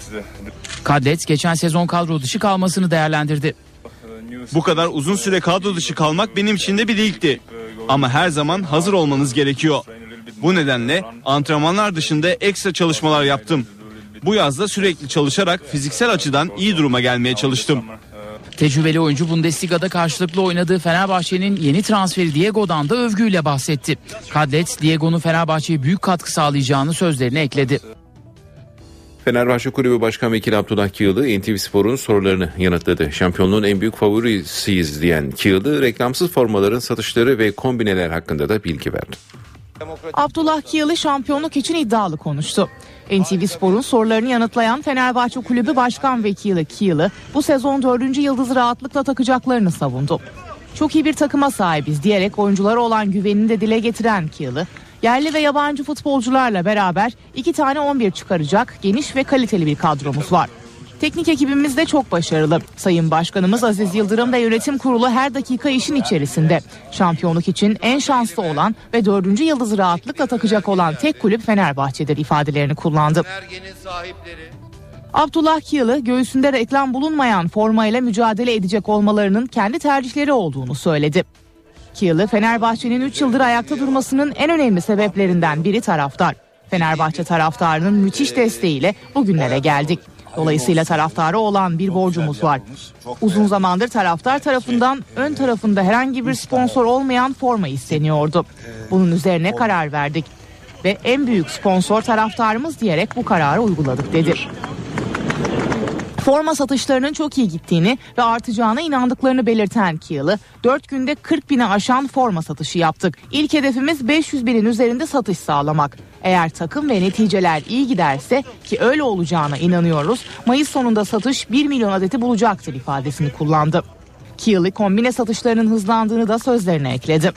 Kadlec geçen sezon kadro dışı kalmasını değerlendirdi. Bu kadar uzun süre kadro dışı kalmak benim için de bir ilkti. Ama her zaman hazır olmanız gerekiyor. Bu nedenle antrenmanlar dışında ekstra çalışmalar yaptım. Bu yazda sürekli çalışarak fiziksel açıdan iyi duruma gelmeye çalıştım. Tecrübeli oyuncu Bundesliga'da karşılıklı oynadığı Fenerbahçe'nin yeni transferi Diego'dan da övgüyle bahsetti. Kadlec, Diego'nun Fenerbahçe'ye büyük katkı sağlayacağını sözlerine ekledi. Fenerbahçe Kulübü Başkan Vekili Abdullah Kiyılı NTV Spor'un sorularını yanıtladı. Şampiyonluğun en büyük favorisiyiz diyen Kiyılı, reklamsız formaların satışları ve kombineler hakkında da bilgi verdi. Abdullah Kiyılı şampiyonluk için iddialı konuştu. NTV Spor'un sorularını yanıtlayan Fenerbahçe Kulübü Başkan Vekili Kiyılı bu sezon 4. yıldızı rahatlıkla takacaklarını savundu. Çok iyi bir takıma sahibiz diyerek oyunculara olan güvenini de dile getiren Kiyılı, yerli ve yabancı futbolcularla beraber 2 tane 11 çıkaracak geniş ve kaliteli bir kadromuz var. Teknik ekibimiz de çok başarılı. Sayın Başkanımız Aziz Yıldırım ve yönetim kurulu her dakika işin içerisinde. Şampiyonluk için en şanslı olan ve 4. yıldızı rahatlıkla takacak olan tek kulüp Fenerbahçe'dir ifadelerini kullandı. Abdullah Kiyılı, göğsünde reklam bulunmayan formayla mücadele edecek olmalarının kendi tercihleri olduğunu söyledi. Kiyılı, Fenerbahçe'nin 3 yıldır ayakta durmasının en önemli sebeplerinden biri taraftar. Fenerbahçe taraftarının müthiş desteğiyle bugünlere geldik. Dolayısıyla taraftara olan bir borcumuz var. Uzun zamandır taraftar tarafından ön tarafında herhangi bir sponsor olmayan forma isteniyordu. Bunun üzerine karar verdik. Ve en büyük sponsor taraftarımız diyerek bu kararı uyguladık dedi. Forma satışlarının çok iyi gittiğini ve artacağına inandıklarını belirten Kiyılı, 4 günde 40 bini aşan forma satışı yaptık. İlk hedefimiz 500 binin üzerinde satış sağlamak. Eğer takım ve neticeler iyi giderse, ki öyle olacağına inanıyoruz, Mayıs sonunda satış 1 milyon adeti bulacaktır ifadesini kullandı. Kiyılı, kombine satışlarının hızlandığını da sözlerine ekledi.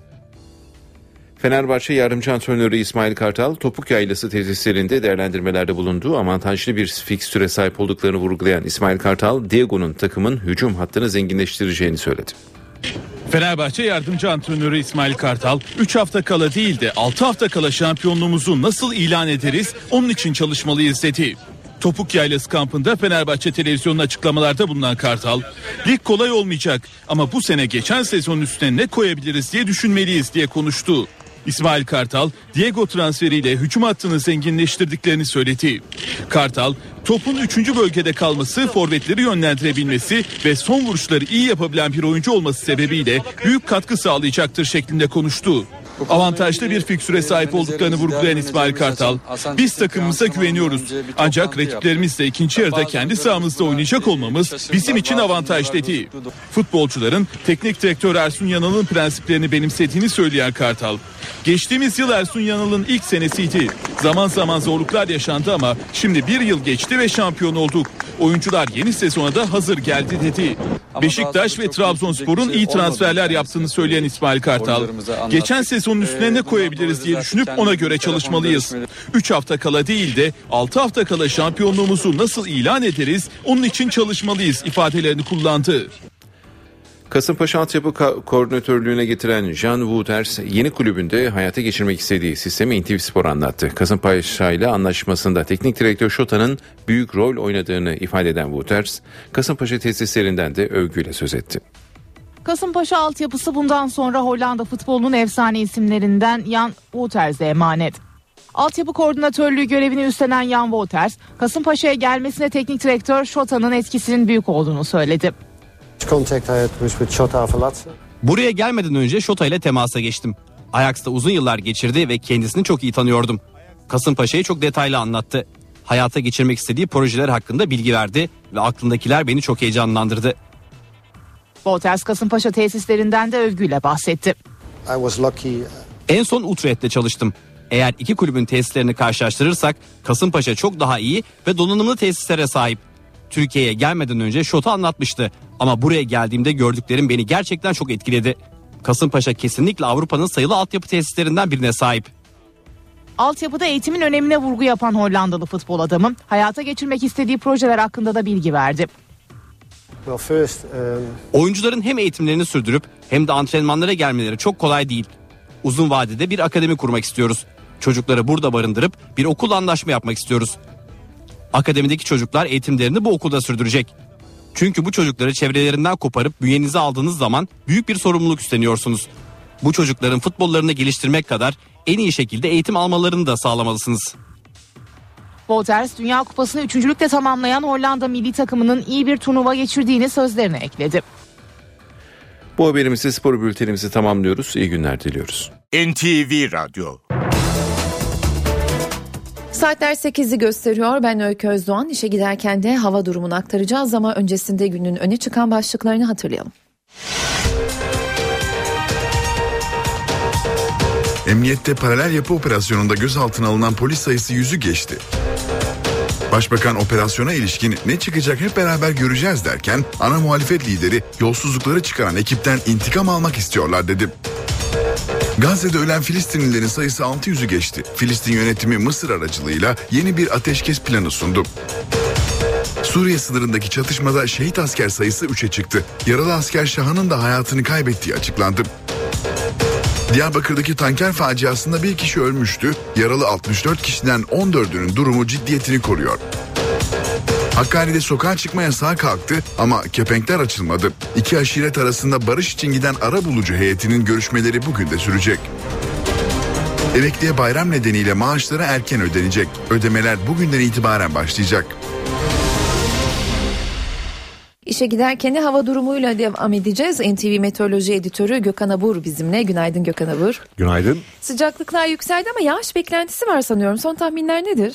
Fenerbahçe yardımcı antrenörü İsmail Kartal, Topuk Yaylası tesislerinde değerlendirmelerde bulunduğu avantajlı bir fikstüre sahip olduklarını vurgulayan İsmail Kartal, Diego'nun takımın hücum hattını zenginleştireceğini söyledi. Fenerbahçe yardımcı antrenörü İsmail Kartal, 3 hafta kala değil de 6 hafta kala şampiyonluğumuzu nasıl ilan ederiz, onun için çalışmalıyız dedi. Topuk Yaylası kampında Fenerbahçe televizyonun açıklamalarda bulunan Kartal, lig kolay olmayacak ama bu sene geçen sezonun üstüne ne koyabiliriz diye düşünmeliyiz diye konuştu. İsmail Kartal, Diego transferiyle hücum hattını zenginleştirdiklerini söyledi. Kartal, topun 3. bölgede kalması, forvetleri yönlendirebilmesi ve son vuruşları iyi yapabilen bir oyuncu olması sebebiyle büyük katkı sağlayacaktır şeklinde konuştu. Avantajlı bir fikstüre sahip olduklarını vurgulayan İsmail Kartal, biz takımımıza güveniyoruz. Ancak rakiplerimizle ikinci yarıda kendi sahamızda oynayacak olmamız bizim için avantaj dedi. Futbolcuların teknik direktör Ersun Yanal'ın prensiplerini benimsediğini söyleyen Kartal, geçtiğimiz yıl Ersun Yanal'ın ilk senesiydi. Zaman zaman zorluklar yaşandı ama şimdi bir yıl geçti ve şampiyon olduk. Oyuncular yeni sezona da hazır geldi dedi. Beşiktaş ve Trabzonspor'un iyi transferler yaptığını söyleyen İsmail Kartal, geçen sezonun üstüne ne koyabiliriz diye düşünüp ona göre çalışmalıyız. 3 hafta kala değil de 6 hafta kala şampiyonluğumuzu nasıl ilan ederiz, onun için çalışmalıyız ifadelerini kullandı. Kasımpaşa Altyapı Koordinatörlüğüne getiren Jan Wouters, yeni kulübünde hayata geçirmek istediği sistemi NTV Spor anlattı. Kasımpaşa ile anlaşmasında teknik direktör Şota'nın büyük rol oynadığını ifade eden Wouters, Kasımpaşa tesislerinden de övgüyle söz etti. Kasımpaşa altyapısı bundan sonra Hollanda futbolunun efsane isimlerinden Jan Wouters'e emanet. Altyapı koordinatörlüğü görevini üstlenen Jan Wouters, Kasımpaşa'ya gelmesine teknik direktör Şota'nın etkisinin büyük olduğunu söyledi. Buraya gelmeden önce Şota ile temasa geçtim. Ajax'ta uzun yıllar geçirdi ve kendisini çok iyi tanıyordum. Kasımpaşa'yı çok detaylı anlattı. Hayata geçirmek istediği projeler hakkında bilgi verdi ve aklındakiler beni çok heyecanlandırdı. Wouters Kasımpaşa tesislerinden de övgüyle bahsetti. En son Utrecht'te çalıştım. Eğer iki kulübün tesislerini karşılaştırırsak Kasımpaşa çok daha iyi ve donanımlı tesislere sahip. Türkiye'ye gelmeden önce Şota anlatmıştı ama buraya geldiğimde gördüklerim beni gerçekten çok etkiledi. Kasımpaşa kesinlikle Avrupa'nın sayılı altyapı tesislerinden birine sahip. Altyapıda eğitimin önemine vurgu yapan Hollandalı futbol adamı hayata geçirmek istediği projeler hakkında da bilgi verdi. Oyuncuların hem eğitimlerini sürdürüp hem de antrenmanlara gelmeleri çok kolay değil. Uzun vadede bir akademi kurmak istiyoruz. Çocukları burada barındırıp bir okulla anlaşma yapmak istiyoruz. Akademideki çocuklar eğitimlerini bu okulda sürdürecek. Çünkü bu çocukları çevrelerinden koparıp bünyenize aldığınız zaman büyük bir sorumluluk üstleniyorsunuz. Bu çocukların futbollarını geliştirmek kadar en iyi şekilde eğitim almalarını da sağlamalısınız. Wouters, Dünya Kupası'nı üçüncülükle tamamlayan Hollanda milli takımının iyi bir turnuva geçirdiğini sözlerine ekledi. Bu haberimizle spor bültenimizi tamamlıyoruz. İyi günler diliyoruz. NTV Radyo. Saatler 8'i gösteriyor. Ben Öykü Özdoğan. İşe giderken de hava durumunu aktaracağız ama öncesinde günün öne çıkan başlıklarını hatırlayalım. Emniyette paralel yapı operasyonunda gözaltına alınan polis sayısı 100'ü geçti. Başbakan operasyona ilişkin ne çıkacak hep beraber göreceğiz derken ana muhalefet lideri yolsuzlukları çıkaran ekipten intikam almak istiyorlar dedi. Gazze'de ölen Filistinlilerin sayısı 600'ü geçti. Filistin yönetimi Mısır aracılığıyla yeni bir ateşkes planı sundu. Suriye sınırındaki çatışmada şehit asker sayısı 3'e çıktı. Yaralı asker Şahan'ın da hayatını kaybettiği açıklandı. Diyarbakır'daki tanker faciasında bir kişi ölmüştü. Yaralı 64 kişiden 14'ünün durumu ciddiyetini koruyor. Hakkari'de sokağa çıkma yasağı kalktı ama kepenkler açılmadı. İki aşiret arasında barış için giden arabulucu heyetinin görüşmeleri bugün de sürecek. Emekliye bayram nedeniyle maaşları erken ödenecek. Ödemeler bugünden itibaren başlayacak. İşe giderken de hava durumuyla devam edeceğiz. NTV Meteoroloji Editörü Gökhan Abur bizimle. Günaydın Gökhan Abur. Günaydın. Sıcaklıklar yükseldi ama yağış beklentisi var sanıyorum. Son tahminler nedir?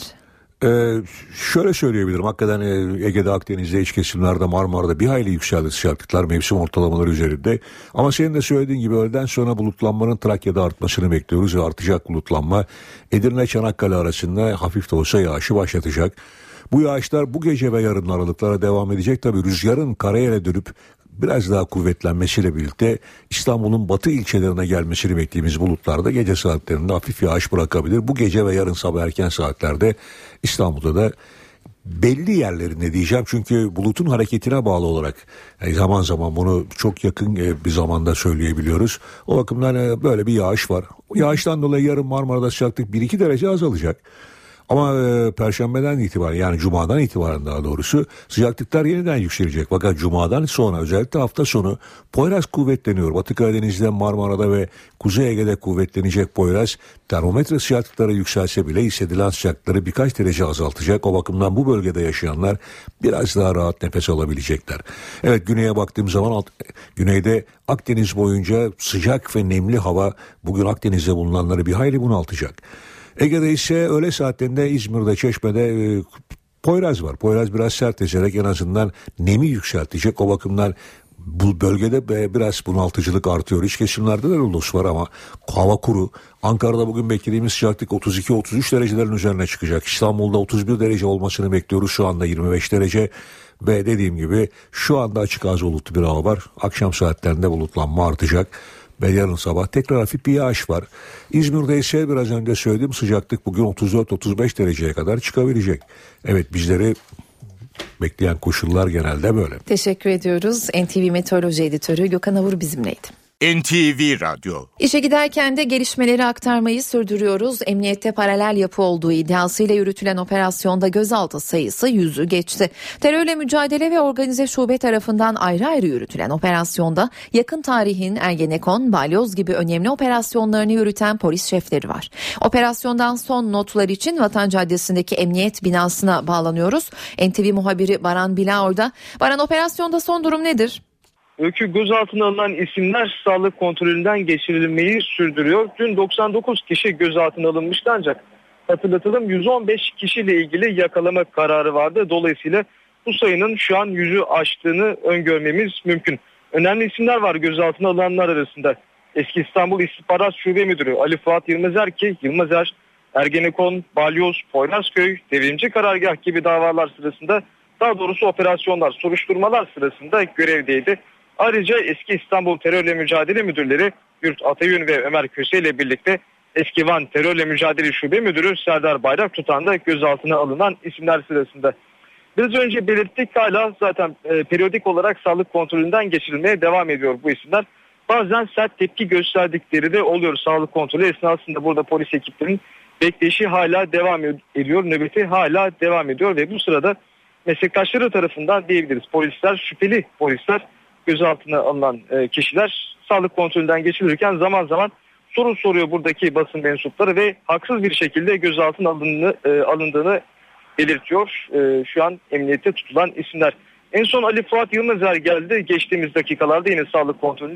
Şöyle söyleyebilirim. Hakikaten Ege'de, Akdeniz'de, iç kesimlerde, Marmara'da bir hayli yükseldi sıcaklıklar mevsim ortalamaları üzerinde. Ama senin de söylediğin gibi öğleden sonra bulutlanmanın Trakya'da artmasını bekliyoruz ve artacak bulutlanma Edirne-Çanakkale arasında hafif de olsa yağışı başlatacak. Bu yağışlar bu gece ve yarın aralıklara devam edecek. Tabii rüzgarın karayele dönüp biraz daha kuvvetlenmesiyle birlikte İstanbul'un batı ilçelerine gelmesini beklediğimiz bulutlarda gece saatlerinde hafif yağış bırakabilir. Bu gece ve yarın sabah erken saatlerde İstanbul'da da belli yerlerinde diyeceğim, çünkü bulutun hareketine bağlı olarak zaman zaman bunu çok yakın bir zamanda söyleyebiliyoruz. O bakımdan böyle bir yağış var. O yağıştan dolayı yarın Marmara'da sıcaklık 1-2 derece azalacak. Ama Perşembeden itibaren, yani Cuma'dan itibaren daha doğrusu sıcaklıklar yeniden yükselecek. Fakat Cuma'dan sonra özellikle hafta sonu Poyraz kuvvetleniyor. Batı Karadeniz'de, Marmara'da ve Kuzey Ege'de kuvvetlenecek Poyraz termometre sıcaklıkları yükselse bile hissedilen sıcaklıkları birkaç derece azaltacak. O bakımdan bu bölgede yaşayanlar biraz daha rahat nefes alabilecekler. Evet, güneye baktığım zaman güneyde Akdeniz boyunca sıcak ve nemli hava bugün Akdeniz'de bulunanları bir hayli bunaltacak. Ege'de ise öğle saatlerinde İzmir'de, Çeşme'de Poyraz var. Poyraz biraz sert eserek en azından nemi yükseltecek. O bakımdan bu bölgede biraz bunaltıcılık artıyor. İç kesimlerde de lodos var ama hava kuru. Ankara'da bugün beklediğimiz sıcaklık 32-33 derecelerin üzerine çıkacak. İstanbul'da 31 derece olmasını bekliyoruz. Şu anda 25 derece. Ve dediğim gibi şu anda açık az bulutlu bir hava var. Akşam saatlerinde bulutlanma artacak. Ve yarın sabah tekrar hafif bir yağış var. İzmir'de ise biraz önce söylediğim sıcaklık bugün 34-35 dereceye kadar çıkabilecek. Evet, bizleri bekleyen koşullar genelde böyle. Teşekkür ediyoruz. NTV Meteoroloji Editörü Gökhan Avur bizimleydi. NTV Radyo. İşe giderken de gelişmeleri aktarmayı sürdürüyoruz. Emniyette paralel yapı olduğu iddiasıyla yürütülen operasyonda gözaltı sayısı 100'ü geçti. Terörle mücadele ve organize şube tarafından ayrı ayrı yürütülen operasyonda yakın tarihin Ergenekon, Balyoz gibi önemli operasyonlarını yürüten polis şefleri var. Operasyondan son notlar için Vatan Caddesi'ndeki emniyet binasına bağlanıyoruz. NTV muhabiri Baran Bila orada. Baran, operasyonda son durum nedir? Öykü, gözaltına alınan isimler sağlık kontrolünden geçirilmeyi sürdürüyor. Dün 99 kişi gözaltına alınmıştı ancak hatırlatalım 115 kişiyle ilgili yakalama kararı vardı. Dolayısıyla bu sayının şu an 100'ü aştığını öngörmemiz mümkün. Önemli isimler var gözaltına alınanlar arasında. Eski İstanbul İstihbarat Şube Müdürü Ali Fuat Yılmazer ki Yılmazer, Ergenekon, Balyoz, Poyrazköy, Devrimci Karargah gibi davalar sırasında, daha doğrusu operasyonlar, soruşturmalar sırasında görevdeydi. Ayrıca eski İstanbul Terörle Mücadele Müdürleri Yurt Atayün ve Ömer Köse ile birlikte eski Van Terörle Mücadele Şube Müdürü Serdar Bayraktutan da gözaltına alınan isimler sırasında. Biraz önce belirttik, hala zaten periyodik olarak sağlık kontrolünden geçirilmeye devam ediyor bu isimler. Bazen sert tepki gösterdikleri de oluyor sağlık kontrolü esnasında. Burada polis ekiplerinin bekleyişi hala devam ediyor, nöbeti hala devam ediyor ve bu sırada meslektaşları tarafından diyebiliriz polisler, şüpheli polisler, gözaltına alınan kişiler sağlık kontrolünden geçirilirken zaman zaman soru soruyor buradaki basın mensupları ve haksız bir şekilde gözaltına alındığını belirtiyor şu an emniyette tutulan isimler. En son Ali Fuat Yılmazer geldi geçtiğimiz dakikalarda yine sağlık kontrolünde.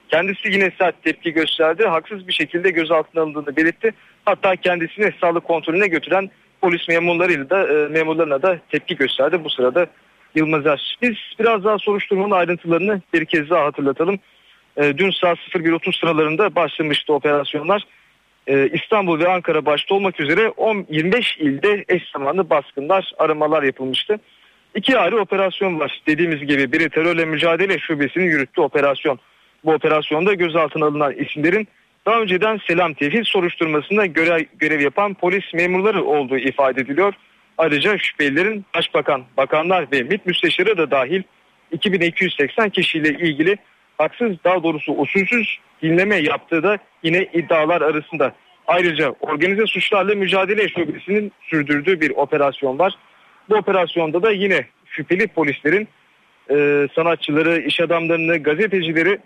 Kendisi yine sert tepki gösterdi. Haksız bir şekilde gözaltına alındığını belirtti. Hatta kendisini sağlık kontrolüne götüren polis memurlarına da tepki gösterdi. Bu sırada Yılmazer. Biz biraz daha soruşturmanın ayrıntılarını bir kez daha hatırlatalım. Dün saat 01.30 sıralarında başlamıştı operasyonlar. İstanbul ve Ankara başta olmak üzere 25 ilde eş zamanlı baskınlar, aramalar yapılmıştı. 2 ayrı operasyon var. Dediğimiz gibi biri terörle mücadele şubesinin yürüttüğü operasyon. Bu operasyonda gözaltına alınan isimlerin daha önceden Selam Tevhid soruşturmasında görev yapan polis memurları olduğu ifade ediliyor. Ayrıca şüphelilerin başbakan, bakanlar ve MİT müsteşarı da dahil 2280 kişiyle ilgili haksız, daha doğrusu usulsüz dinleme yaptığı da yine iddialar arasında. Ayrıca organize suçlarla mücadele şubesinin sürdürdüğü bir operasyon var. Bu operasyonda da yine şüpheli polislerin sanatçıları, iş adamlarını, gazetecileri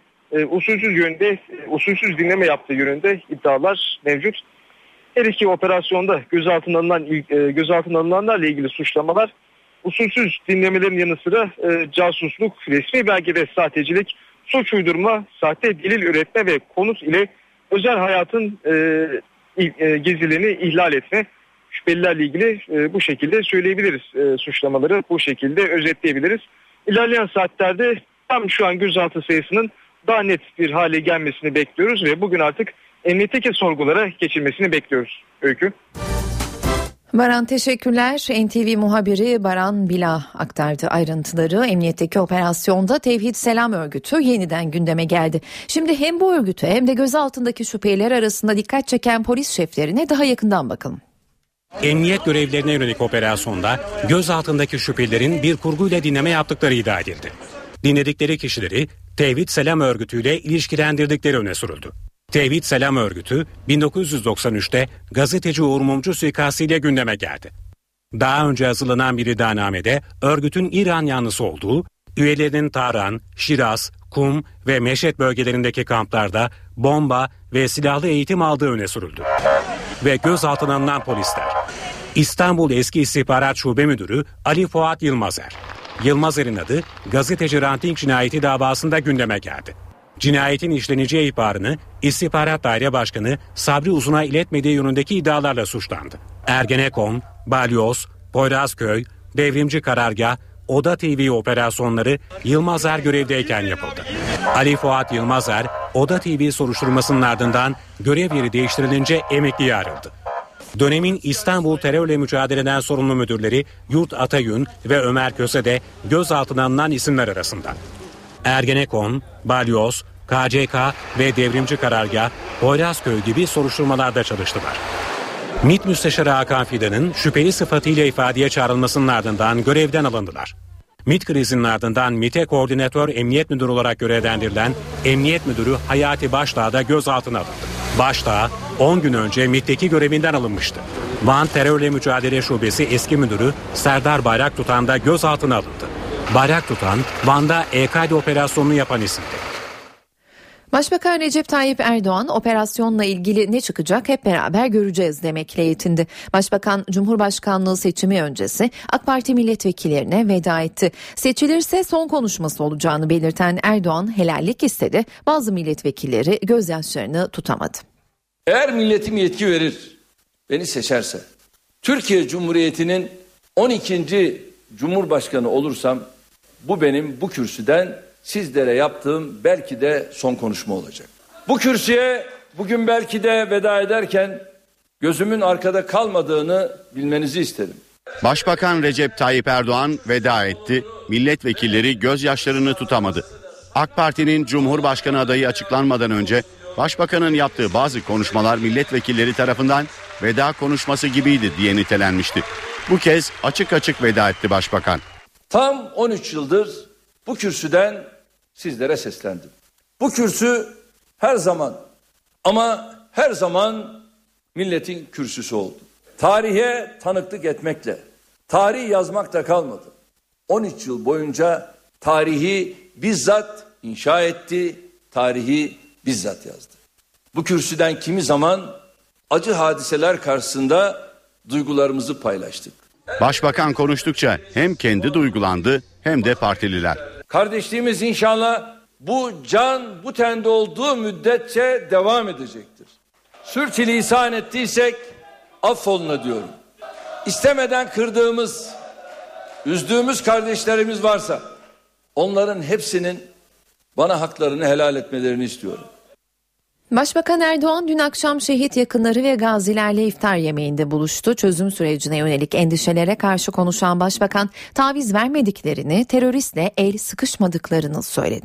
usulsüz dinleme yaptığı yönünde iddialar mevcut. Her iki operasyonda gözaltına alınanlarla ilgili suçlamalar usulsüz dinlemelerin yanı sıra casusluk, resmi belgede sahtecilik, suç uydurma, sahte delil üretme ve konut ile özel hayatın gizliliğini ihlal etme, şüphelilerle ilgili bu şekilde söyleyebiliriz. Suçlamaları bu şekilde özetleyebiliriz. İlerleyen saatlerde tam şu an gözaltı sayısının daha net bir hale gelmesini bekliyoruz ve bugün artık emniyetteki sorgulara geçilmesini bekliyoruz. Öykü. Baran teşekkürler. NTV muhabiri Baran Bila aktardı ayrıntıları. Emniyetteki operasyonda Tevhid Selam Örgütü yeniden gündeme geldi. Şimdi hem bu örgütü hem de gözaltındaki şüpheliler arasında dikkat çeken polis şeflerine daha yakından bakalım. Emniyet görevlerine yönelik operasyonda gözaltındaki şüphelilerin bir kurguyla dinleme yaptıkları iddia edildi. Dinledikleri kişileri Tevhid Selam Örgütü ile ilişkilendirdikleri öne sürüldü. Tevhid Selam Örgütü 1993'te gazeteci Uğur Mumcu suikastıyla gündeme geldi. Daha önce hazırlanan bir iddianamede örgütün İran yanlısı olduğu, üyelerinin Tahran, Şiraz, Kum ve Meşhed bölgelerindeki kamplarda bomba ve silahlı eğitim aldığı öne sürüldü. Ve gözaltına alınan polisler. İstanbul Eski İstihbarat Şube Müdürü Ali Fuat Yılmazer. Yılmazer'in adı gazeteci ranting cinayeti davasında gündeme geldi. Cinayetin işleneceği ihbarını İstihbarat Daire Başkanı Sabri Uzun'a iletmediği yönündeki iddialarla suçlandı. Ergenekon, Balyoz, Poyrazköy, Devrimci Karargah, Oda TV operasyonları Yılmazer görevdeyken yapıldı. Ali Fuat Yılmazer, Oda TV soruşturmasının ardından görev yeri değiştirilince emekliye ayrıldı. Dönemin İstanbul terörle mücadeleden sorumlu müdürleri Yurt Atayün ve Ömer Köse de gözaltına alınan isimler arasında. Ergenekon, Balyoz, KCK ve Devrimci Karargah, Poyrazköy gibi soruşturmalarda çalıştılar. MİT Müsteşarı Hakan Fidan'ın şüpheli sıfatıyla ifadeye çağrılmasının ardından görevden alındılar. MİT krizinin ardından MİT'e koordinatör emniyet müdürü olarak görevlendirilen Emniyet Müdürü Hayati Başdağ da gözaltına alındı. Başdağ 10 gün önce MİT'teki görevinden alınmıştı. Van Terörle Mücadele Şubesi eski müdürü Serdar Bayraktutan da gözaltına alındı. Bayraktutan, Van'da EKD operasyonunu yapan isimdi. Başbakan Recep Tayyip Erdoğan operasyonla ilgili ne çıkacak hep beraber göreceğiz demekle yetindi. Başbakan Cumhurbaşkanlığı seçimi öncesi AK Parti milletvekillerine veda etti. Seçilirse son konuşması olacağını belirten Erdoğan helallik istedi. Bazı milletvekilleri gözyaşlarını tutamadı. Eğer milletim yetki verir, beni seçerse, Türkiye Cumhuriyeti'nin 12. Cumhurbaşkanı olursam bu benim bu kürsüden sizlere yaptığım belki de son konuşma olacak. Bu kürsüye bugün belki de veda ederken gözümün arkada kalmadığını bilmenizi isterim. Başbakan Recep Tayyip Erdoğan veda etti. Milletvekilleri gözyaşlarını tutamadı. AK Parti'nin Cumhurbaşkanı adayı açıklanmadan önce Başbakanın yaptığı bazı konuşmalar milletvekilleri tarafından veda konuşması gibiydi diye nitelenmişti. Bu kez açık açık veda etti Başbakan. Tam 13 yıldır bu kürsüden sizlere seslendim. Bu kürsü her zaman ama her zaman milletin kürsüsü oldu. Tarihe tanıklık etmekle, tarih yazmakla kalmadı. 13 yıl boyunca tarihi bizzat inşa etti, tarihi bizzat yazdı. Bu kürsüden kimi zaman acı hadiseler karşısında duygularımızı paylaştık. Başbakan konuştukça hem kendi duygulandı hem de partililer. Kardeşliğimiz inşallah bu can bu tende olduğu müddetçe devam edecektir. Sürçülisan ettiysek affoluna diyorum. İstemeden kırdığımız, üzdüğümüz kardeşlerimiz varsa onların hepsinin bana haklarını helal etmelerini istiyorum. Başbakan Erdoğan dün akşam şehit yakınları ve gazilerle iftar yemeğinde buluştu. Çözüm sürecine yönelik endişelere karşı konuşan başbakan taviz vermediklerini, teröristle el sıkışmadıklarını söyledi.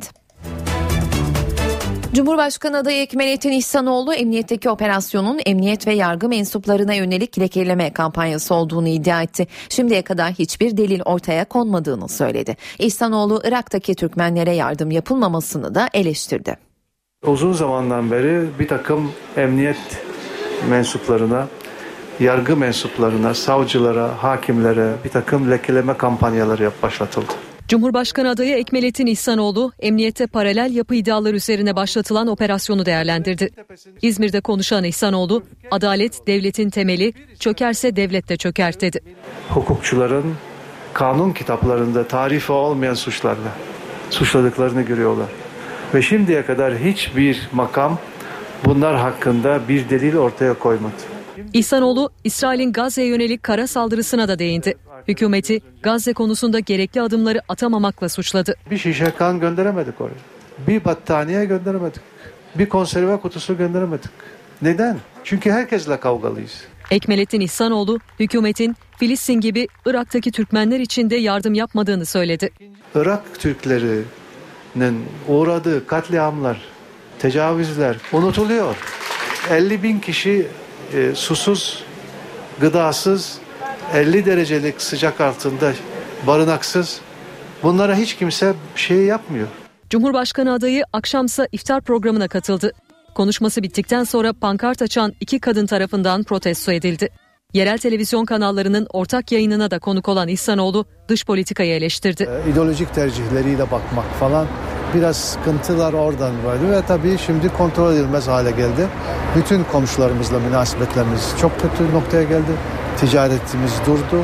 Cumhurbaşkanı adayı Ekmelettin İhsanoğlu emniyetteki operasyonun emniyet ve yargı mensuplarına yönelik lekeleme kampanyası olduğunu iddia etti. Şimdiye kadar hiçbir delil ortaya konmadığını söyledi. İhsanoğlu Irak'taki Türkmenlere yardım yapılmamasını da eleştirdi. Uzun zamandan beri bir takım emniyet mensuplarına, yargı mensuplarına, savcılara, hakimlere bir takım lekeleme kampanyaları başlatıldı. Cumhurbaşkanı adayı Ekmelettin İhsanoğlu, emniyette paralel yapı iddiaları üzerine başlatılan operasyonu değerlendirdi. İzmir'de konuşan İhsanoğlu, adalet devletin temeli, çökerse devlet de çöker dedi. Hukukçuların kanun kitaplarında tarifi olmayan suçlarla suçladıklarını görüyorlar. Ve şimdiye kadar hiçbir makam bunlar hakkında bir delil ortaya koymadı. İhsanoğlu, İsrail'in Gazze'ye yönelik kara saldırısına da değindi. Hükümeti Gazze konusunda gerekli adımları atamamakla suçladı. Bir şişe kan gönderemedik oraya. Bir battaniye gönderemedik. Bir konserve kutusu gönderemedik. Neden? Çünkü herkesle kavgalıyız. Ekmelettin İhsanoğlu, hükümetin Filistin gibi Irak'taki Türkmenler için de yardım yapmadığını söyledi. Irak Türklerinin uğradığı katliamlar, tecavüzler unutuluyor. 50.000 kişi susuz, gıdasız, 50 derecelik sıcak altında barınaksız. Bunlara hiç kimse şey yapmıyor. Cumhurbaşkanı adayı akşamsa iftar programına katıldı. Konuşması bittikten sonra pankart açan 2 kadın tarafından protesto edildi. Yerel televizyon kanallarının ortak yayınına da konuk olan İhsanoğlu dış politikayı eleştirdi. İdeolojik tercihleriyle bakmak falan biraz sıkıntılar oradan vardı ve tabii şimdi kontrol edilmez hale geldi. Bütün komşularımızla münasebetlerimiz çok kötü noktaya geldi. Ticaretimiz durdu.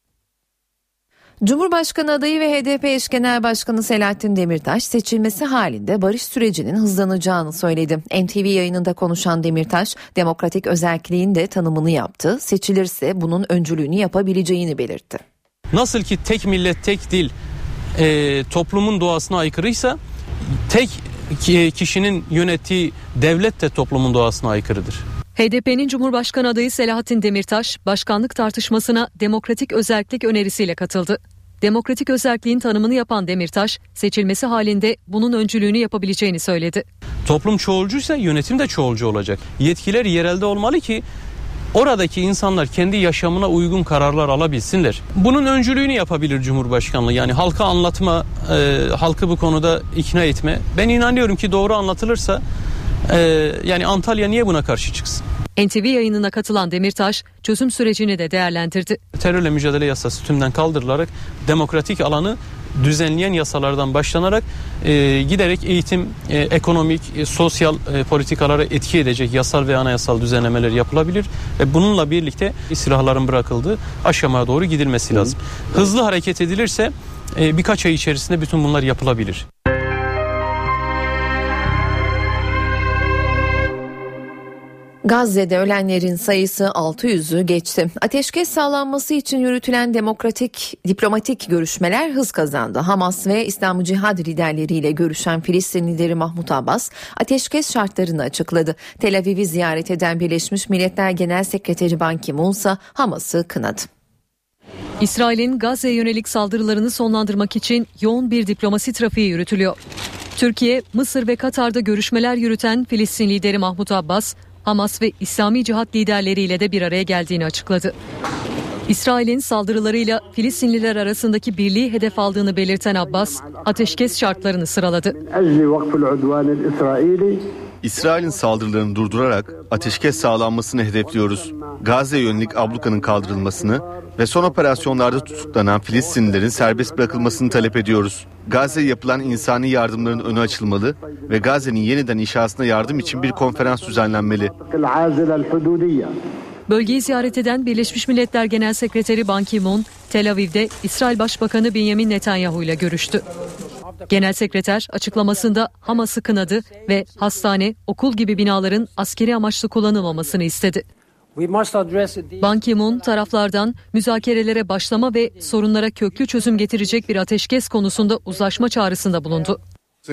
Cumhurbaşkanı adayı ve HDP eş genel başkanı Selahattin Demirtaş seçilmesi halinde barış sürecinin hızlanacağını söyledi. NTV yayınında konuşan Demirtaş, demokratik özelliğin de tanımını yaptı. Seçilirse bunun öncülüğünü yapabileceğini belirtti. Nasıl ki tek millet, tek dil toplumun doğasına aykırıysa, tek kişinin yönettiği devlet de toplumun doğasına aykırıdır. HDP'nin Cumhurbaşkanı adayı Selahattin Demirtaş, başkanlık tartışmasına demokratik özellik önerisiyle katıldı. Demokratik özelliğin tanımını yapan Demirtaş, seçilmesi halinde bunun öncülüğünü yapabileceğini söyledi. Toplum çoğulcuysa yönetim de çoğulcu olacak. Yetkiler yerelde olmalı ki oradaki insanlar kendi yaşamına uygun kararlar alabilsinler. Bunun öncülüğünü yapabilir Cumhurbaşkanlığı. Yani halka anlatma, halkı bu konuda ikna etme. Ben inanıyorum ki doğru anlatılırsa yani Antalya niye buna karşı çıksın? NTV yayınına katılan Demirtaş çözüm sürecini de değerlendirdi. Terörle mücadele yasası tümden kaldırılarak demokratik alanı düzenleyen yasalardan başlanarak giderek eğitim, ekonomik, sosyal politikalara etki edecek yasal ve anayasal düzenlemeler yapılabilir. Ve bununla birlikte silahların bırakıldığı aşamaya doğru gidilmesi lazım. Hızlı hareket edilirse birkaç ay içerisinde bütün bunlar yapılabilir. Gazze'de ölenlerin sayısı 600'ü geçti. Ateşkes sağlanması için yürütülen diplomatik görüşmeler hız kazandı. Hamas ve İslamcı Cihad liderleriyle görüşen Filistin lideri Mahmut Abbas ateşkes şartlarını açıkladı. Tel Aviv'i ziyaret eden Birleşmiş Milletler Genel Sekreteri Ban Ki-moon ise Hamas'ı kınadı. İsrail'in Gazze'ye yönelik saldırılarını sonlandırmak için yoğun bir diplomasi trafiği yürütülüyor. Türkiye, Mısır ve Katar'da görüşmeler yürüten Filistin lideri Mahmut Abbas, Hamas ve İslami Cihat liderleriyle de bir araya geldiğini açıkladı. İsrail'in saldırılarıyla Filistinliler arasındaki birliği hedef aldığını belirten Abbas, ateşkes şartlarını sıraladı. İsrail'in saldırılarını durdurarak ateşkes sağlanmasını hedefliyoruz. Gazze'ye yönelik ablukanın kaldırılmasını ve son operasyonlarda tutuklanan Filistinlilerin serbest bırakılmasını talep ediyoruz. Gazze'ye yapılan insani yardımların önü açılmalı ve Gazze'nin yeniden inşasına yardım için bir konferans düzenlenmeli. Bölgeyi ziyaret eden Birleşmiş Milletler Genel Sekreteri Ban Ki-moon, Tel Aviv'de İsrail Başbakanı Benjamin Netanyahu ile görüştü. Genel sekreter açıklamasında Hamas'ı kınadı ve hastane, okul gibi binaların askeri amaçlı kullanılmamasını istedi. Ban Ki-moon taraflardan müzakerelere başlama ve sorunlara köklü çözüm getirecek bir ateşkes konusunda uzlaşma çağrısında bulundu.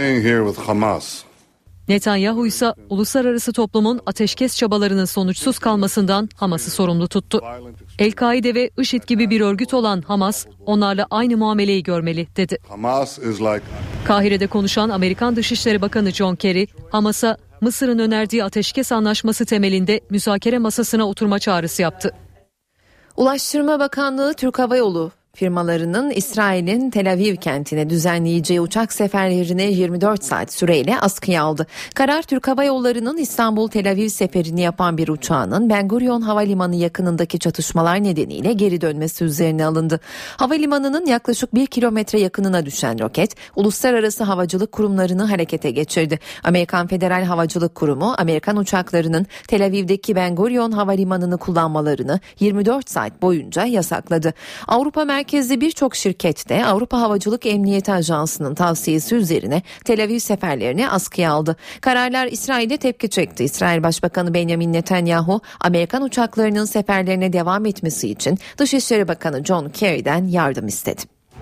Netanyahu ise uluslararası toplumun ateşkes çabalarının sonuçsuz kalmasından Hamas'ı sorumlu tuttu. El-Kaide ve IŞİD gibi bir örgüt olan Hamas onlarla aynı muameleyi görmeli dedi. Kahire'de konuşan Amerikan Dışişleri Bakanı John Kerry, Hamas'a Mısır'ın önerdiği ateşkes anlaşması temelinde müzakere masasına oturma çağrısı yaptı. Ulaştırma Bakanlığı Türk Hava Yolu firmalarının İsrail'in Tel Aviv kentine düzenleyeceği uçak seferlerini 24 saat süreyle askıya aldı. Karar Türk Hava Yolları'nın İstanbul-Tel Aviv seferini yapan bir uçağının Ben Gurion Havalimanı yakınındaki çatışmalar nedeniyle geri dönmesi üzerine alındı. Havalimanının yaklaşık 1 kilometre yakınına düşen roket, uluslararası havacılık kurumlarını harekete geçirdi. Amerikan Federal Havacılık Kurumu, Amerikan uçaklarının Tel Aviv'deki Ben Gurion Havalimanı'nı kullanmalarını 24 saat boyunca yasakladı. Avrupa merkezli birçok şirket de Avrupa Havacılık Emniyeti Ajansı'nın tavsiyesi üzerine Tel Aviv seferlerini askıya aldı. Kararlar İsrail'de tepki çekti. İsrail Başbakanı Benjamin Netanyahu, Amerikan uçaklarının seferlerine devam etmesi için Dışişleri Bakanı John Kerry'den yardım istedi.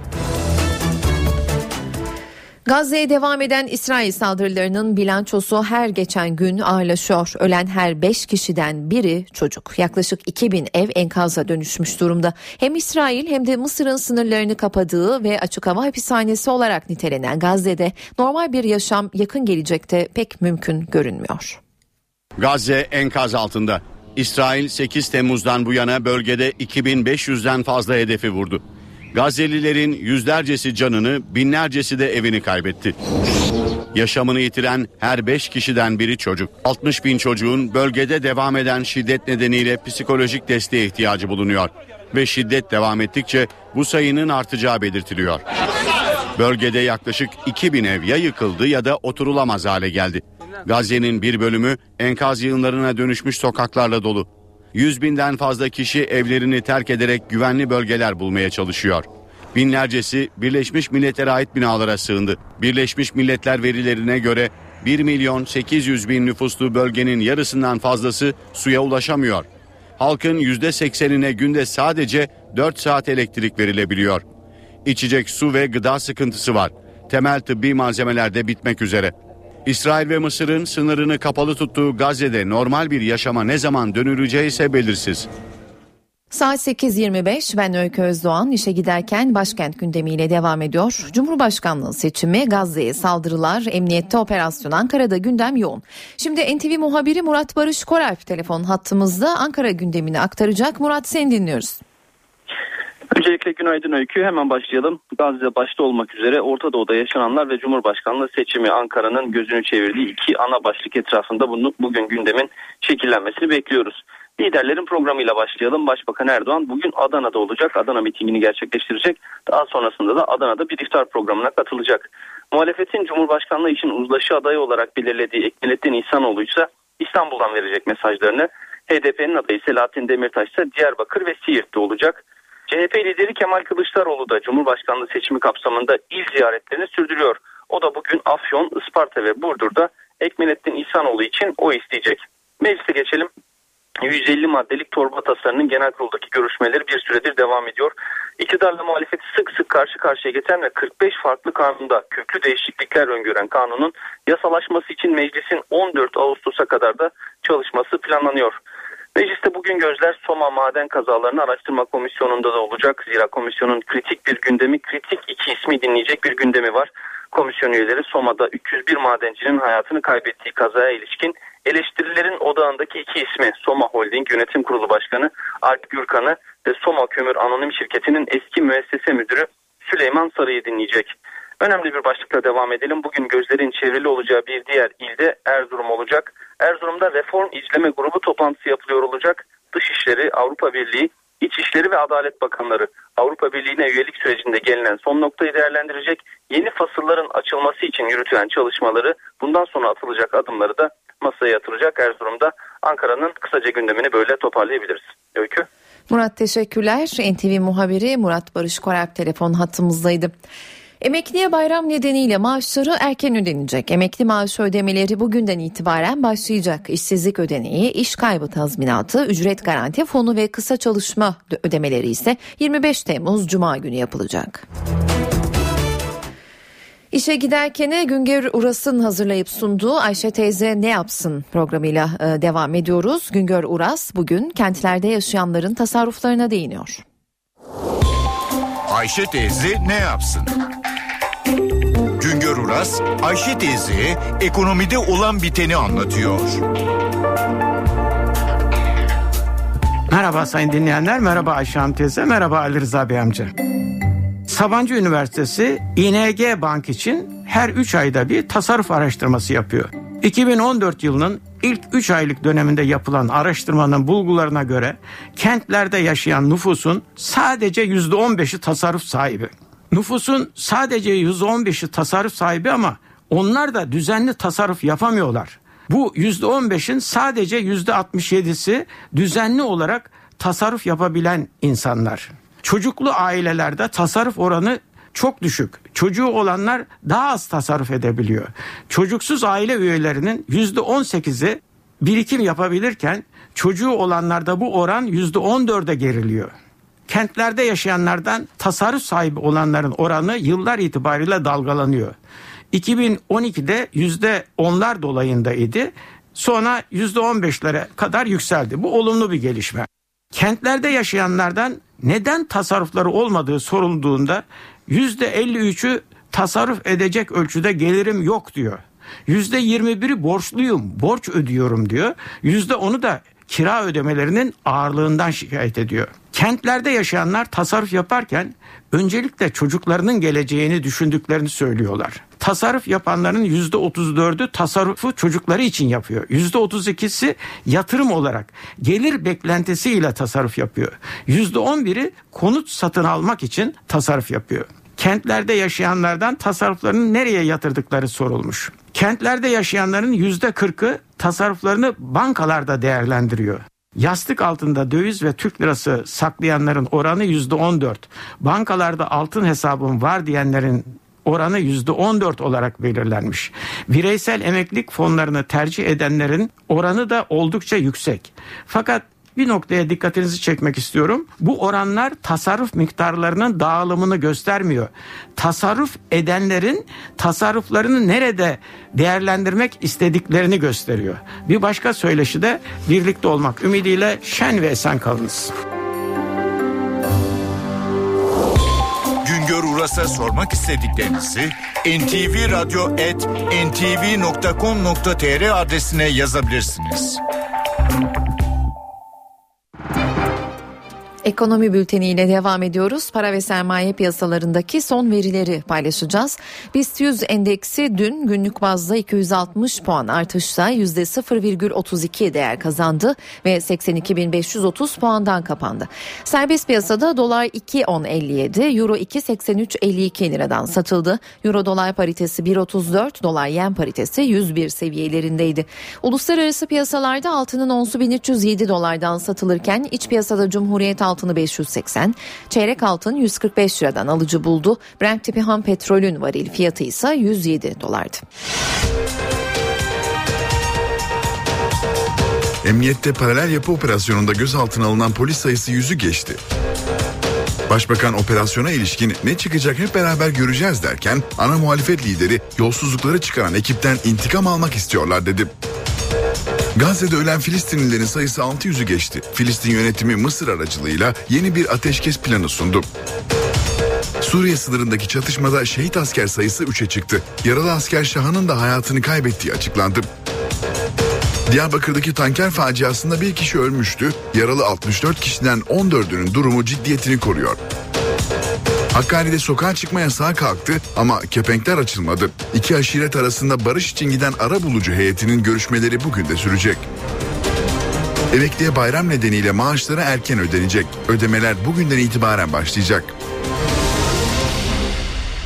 Gazze'ye devam eden İsrail saldırılarının bilançosu her geçen gün ağırlaşıyor. Ölen her 5 kişiden biri çocuk. Yaklaşık 2000 ev enkaza dönüşmüş durumda. Hem İsrail hem de Mısır'ın sınırlarını kapadığı ve açık hava hapishanesi olarak nitelenen Gazze'de normal bir yaşam yakın gelecekte pek mümkün görünmüyor. Gazze enkaz altında. İsrail 8 Temmuz'dan bu yana bölgede 2500'den fazla hedefi vurdu. Gazze'lilerin yüzlercesi canını, binlercesi de evini kaybetti. Yaşamını yitiren her 5 kişiden biri çocuk. 60 bin çocuğun bölgede devam eden şiddet nedeniyle psikolojik desteğe ihtiyacı bulunuyor. Ve şiddet devam ettikçe bu sayının artacağı belirtiliyor. Bölgede yaklaşık 2000 ev ya yıkıldı ya da oturulamaz hale geldi. Gazze'nin bir bölümü enkaz yığınlarına dönüşmüş sokaklarla dolu. 100 binden fazla kişi evlerini terk ederek güvenli bölgeler bulmaya çalışıyor. Binlercesi Birleşmiş Milletler'e ait binalara sığındı. Birleşmiş Milletler verilerine göre 1.800.000 nüfuslu bölgenin yarısından fazlası suya ulaşamıyor. Halkın %80'ine günde sadece 4 saat elektrik verilebiliyor. İçecek su ve gıda sıkıntısı var. Temel tıbbi malzemeler de bitmek üzere. İsrail ve Mısır'ın sınırını kapalı tuttuğu Gazze'de normal bir yaşama ne zaman dönüleceği ise belirsiz. Saat 8.25, ben Öykü Özdoğan. İşe giderken başkent gündemiyle devam ediyor. Cumhurbaşkanlığı seçimi, Gazze'ye saldırılar, emniyette operasyon, Ankara'da gündem yoğun. Şimdi NTV muhabiri Murat Barış Koralp telefon hattımızda Ankara gündemini aktaracak. Murat, seni dinliyoruz. Öncelikle günaydın Öykü. Hemen başlayalım. Gazze başta olmak üzere Orta Doğu'da yaşananlar ve Cumhurbaşkanlığı seçimi, Ankara'nın gözünü çevirdiği iki ana başlık etrafında bugün gündemin şekillenmesini bekliyoruz. Liderlerin programıyla başlayalım. Başbakan Erdoğan bugün Adana'da olacak. Adana mitingini gerçekleştirecek. Daha sonrasında da Adana'da bir iftar programına katılacak. Muhalefetin Cumhurbaşkanlığı için uzlaşı adayı olarak belirlediği Ekmelettin İhsanoğlu ise İstanbul'dan verecek mesajlarını. HDP'nin adayı Selahattin Demirtaş ise Diyarbakır ve Siirt'te olacak. CHP lideri Kemal Kılıçdaroğlu da Cumhurbaşkanlığı seçimi kapsamında il ziyaretlerini sürdürüyor. O da bugün Afyon, Isparta ve Burdur'da Ekmelettin İhsanoğlu için oy isteyecek. Meclise geçelim. 150 maddelik torba tasarının genel kuruldaki görüşmeleri bir süredir devam ediyor. İktidarla muhalefeti sık sık karşı karşıya getiren ve 45 farklı kanunda köklü değişiklikler öngören kanunun yasalaşması için meclisin 14 Ağustos'a kadar da çalışması planlanıyor. Mecliste bugün gözler Soma Maden Kazalarını Araştırma Komisyonu'nda da olacak. Zira komisyonun kritik bir gündemi, kritik iki ismi dinleyecek bir gündemi var. Komisyon üyeleri Soma'da 301 madencinin hayatını kaybettiği kazaya ilişkin eleştirilerin odağındaki iki ismi Soma Holding Yönetim Kurulu Başkanı Alp Gürkan'ı ve Soma Kömür Anonim Şirketi'nin eski müessese müdürü Süleyman Sarı'yı dinleyecek. Önemli bir başlıkla devam edelim. Bugün gözlerin çevrili olacağı bir diğer ilde Erzurum olacak. Erzurum'da Reform İzleme Grubu toplantısı yapılıyor olacak. Dışişleri, Avrupa Birliği, İçişleri ve Adalet Bakanları Avrupa Birliği'ne üyelik sürecinde gelinen son noktayı değerlendirecek. Yeni fasılların açılması için yürütülen çalışmaları, bundan sonra atılacak adımları da masaya yatıracak Erzurum'da. Ankara'nın kısaca gündemini böyle toparlayabiliriz. Öykü. Murat, teşekkürler. NTV muhabiri Murat Barış Koralp telefon hattımızdaydı. Emekliye bayram nedeniyle maaşları erken ödenecek. Emekli maaşı ödemeleri bugünden itibaren başlayacak. İşsizlik ödeneği, iş kaybı tazminatı, ücret garanti fonu ve kısa çalışma ödemeleri ise 25 Temmuz Cuma günü yapılacak. İşe giderken Güngör Uras'ın hazırlayıp sunduğu Ayşe Teyze Ne Yapsın programıyla devam ediyoruz. Güngör Uras bugün kentlerde yaşayanların tasarruflarına değiniyor. Ayşe Teyze ne yapsın? Güngör Uras, Ayşe teyzeye ekonomide olan biteni anlatıyor. Merhaba sayın dinleyenler, merhaba Ayşe Hanım teyze, merhaba Ali Rıza Bey amca. Sabancı Üniversitesi ING Bank için her 3 ayda bir tasarruf araştırması yapıyor. 2014 yılının ilk 3 aylık döneminde yapılan araştırmanın bulgularına göre kentlerde yaşayan nüfusun sadece %15'i tasarruf sahibi. Nüfusun sadece %15'i tasarruf sahibi ama onlar da düzenli tasarruf yapamıyorlar. Bu %15'in sadece %67'si düzenli olarak tasarruf yapabilen insanlar. Çocuklu ailelerde tasarruf oranı çok düşük. Çocuğu olanlar daha az tasarruf edebiliyor. Çocuksuz aile üyelerinin %18'i birikim yapabilirken çocuğu olanlarda bu oran %14'e geriliyor. Kentlerde yaşayanlardan tasarruf sahibi olanların oranı yıllar itibariyle dalgalanıyor. 2012'de %10'lar dolayındaydı. Sonra %15'lere kadar yükseldi. Bu olumlu bir gelişme. Kentlerde yaşayanlardan neden tasarrufları olmadığı sorulduğunda %53'ü tasarruf edecek ölçüde gelirim yok diyor. %21'i borçluyum, borç ödüyorum diyor. %10'u da kira ödemelerinin ağırlığından şikayet ediyor. Kentlerde yaşayanlar tasarruf yaparken öncelikle çocuklarının geleceğini düşündüklerini söylüyorlar. Tasarruf yapanların %34'ü tasarrufu çocukları için yapıyor. %32'si yatırım olarak gelir beklentisiyle tasarruf yapıyor. %11'i konut satın almak için tasarruf yapıyor. Kentlerde yaşayanlardan tasarruflarını nereye yatırdıkları sorulmuş. Kentlerde yaşayanların %40'ı tasarruflarını bankalarda değerlendiriyor. Yastık altında döviz ve Türk lirası saklayanların oranı %14. Bankalarda altın hesabım var diyenlerin oranı %14 olarak belirlenmiş. Bireysel emeklilik fonlarını tercih edenlerin oranı da oldukça yüksek. Fakat bir noktaya dikkatinizi çekmek istiyorum. Bu oranlar tasarruf miktarlarının dağılımını göstermiyor. Tasarruf edenlerin tasarruflarını nerede değerlendirmek istediklerini gösteriyor. Bir başka söyleşi de birlikte olmak ümidiyle şen ve esen kalınız. Güngör Uras'a sormak istediklerinizi ntvradyo@ntv.com.tr adresine yazabilirsiniz. Ekonomi bülteniyle devam ediyoruz. Para ve sermaye piyasalarındaki son verileri paylaşacağız. BIST 100 endeksi dün günlük bazda 260 puan artışla %0,32 değer kazandı ve 82.530 puandan kapandı. Serbest piyasada dolar 2.10.57, euro 2.83.52 liradan satıldı. Euro dolar paritesi 1.34, dolar yen paritesi 101 seviyelerindeydi. Uluslararası piyasalarda altının onsu 1307 dolardan satılırken iç piyasada Cumhuriyet altını 580, çeyrek altın 145 liradan alıcı buldu. Brent tipi ham petrolün varil fiyatı ise 107 dolardı. Emniyette paralel yapı operasyonunda gözaltına alınan polis sayısı 100'ü geçti. Başbakan operasyona ilişkin ne çıkacak hep beraber göreceğiz derken ana muhalefet lideri yolsuzlukları çıkaran ekipten intikam almak istiyorlar dedi. Gazze'de ölen Filistinlilerin sayısı 600'ü geçti. Filistin yönetimi Mısır aracılığıyla yeni bir ateşkes planı sundu. Suriye sınırındaki çatışmada şehit asker sayısı 3'e çıktı. Yaralı asker Şahan'ın da hayatını kaybettiği açıklandı. Diyarbakır'daki tanker faciasında bir kişi ölmüştü. Yaralı 64 kişiden 14'ünün durumu ciddiyetini koruyor. Hakkari'de sokağa çıkma yasağı kalktı ama kepenkler açılmadı. İki aşiret arasında barış için giden arabulucu heyetinin görüşmeleri bugün de sürecek. Emekliye bayram nedeniyle maaşları erken ödenecek. Ödemeler bugünden itibaren başlayacak.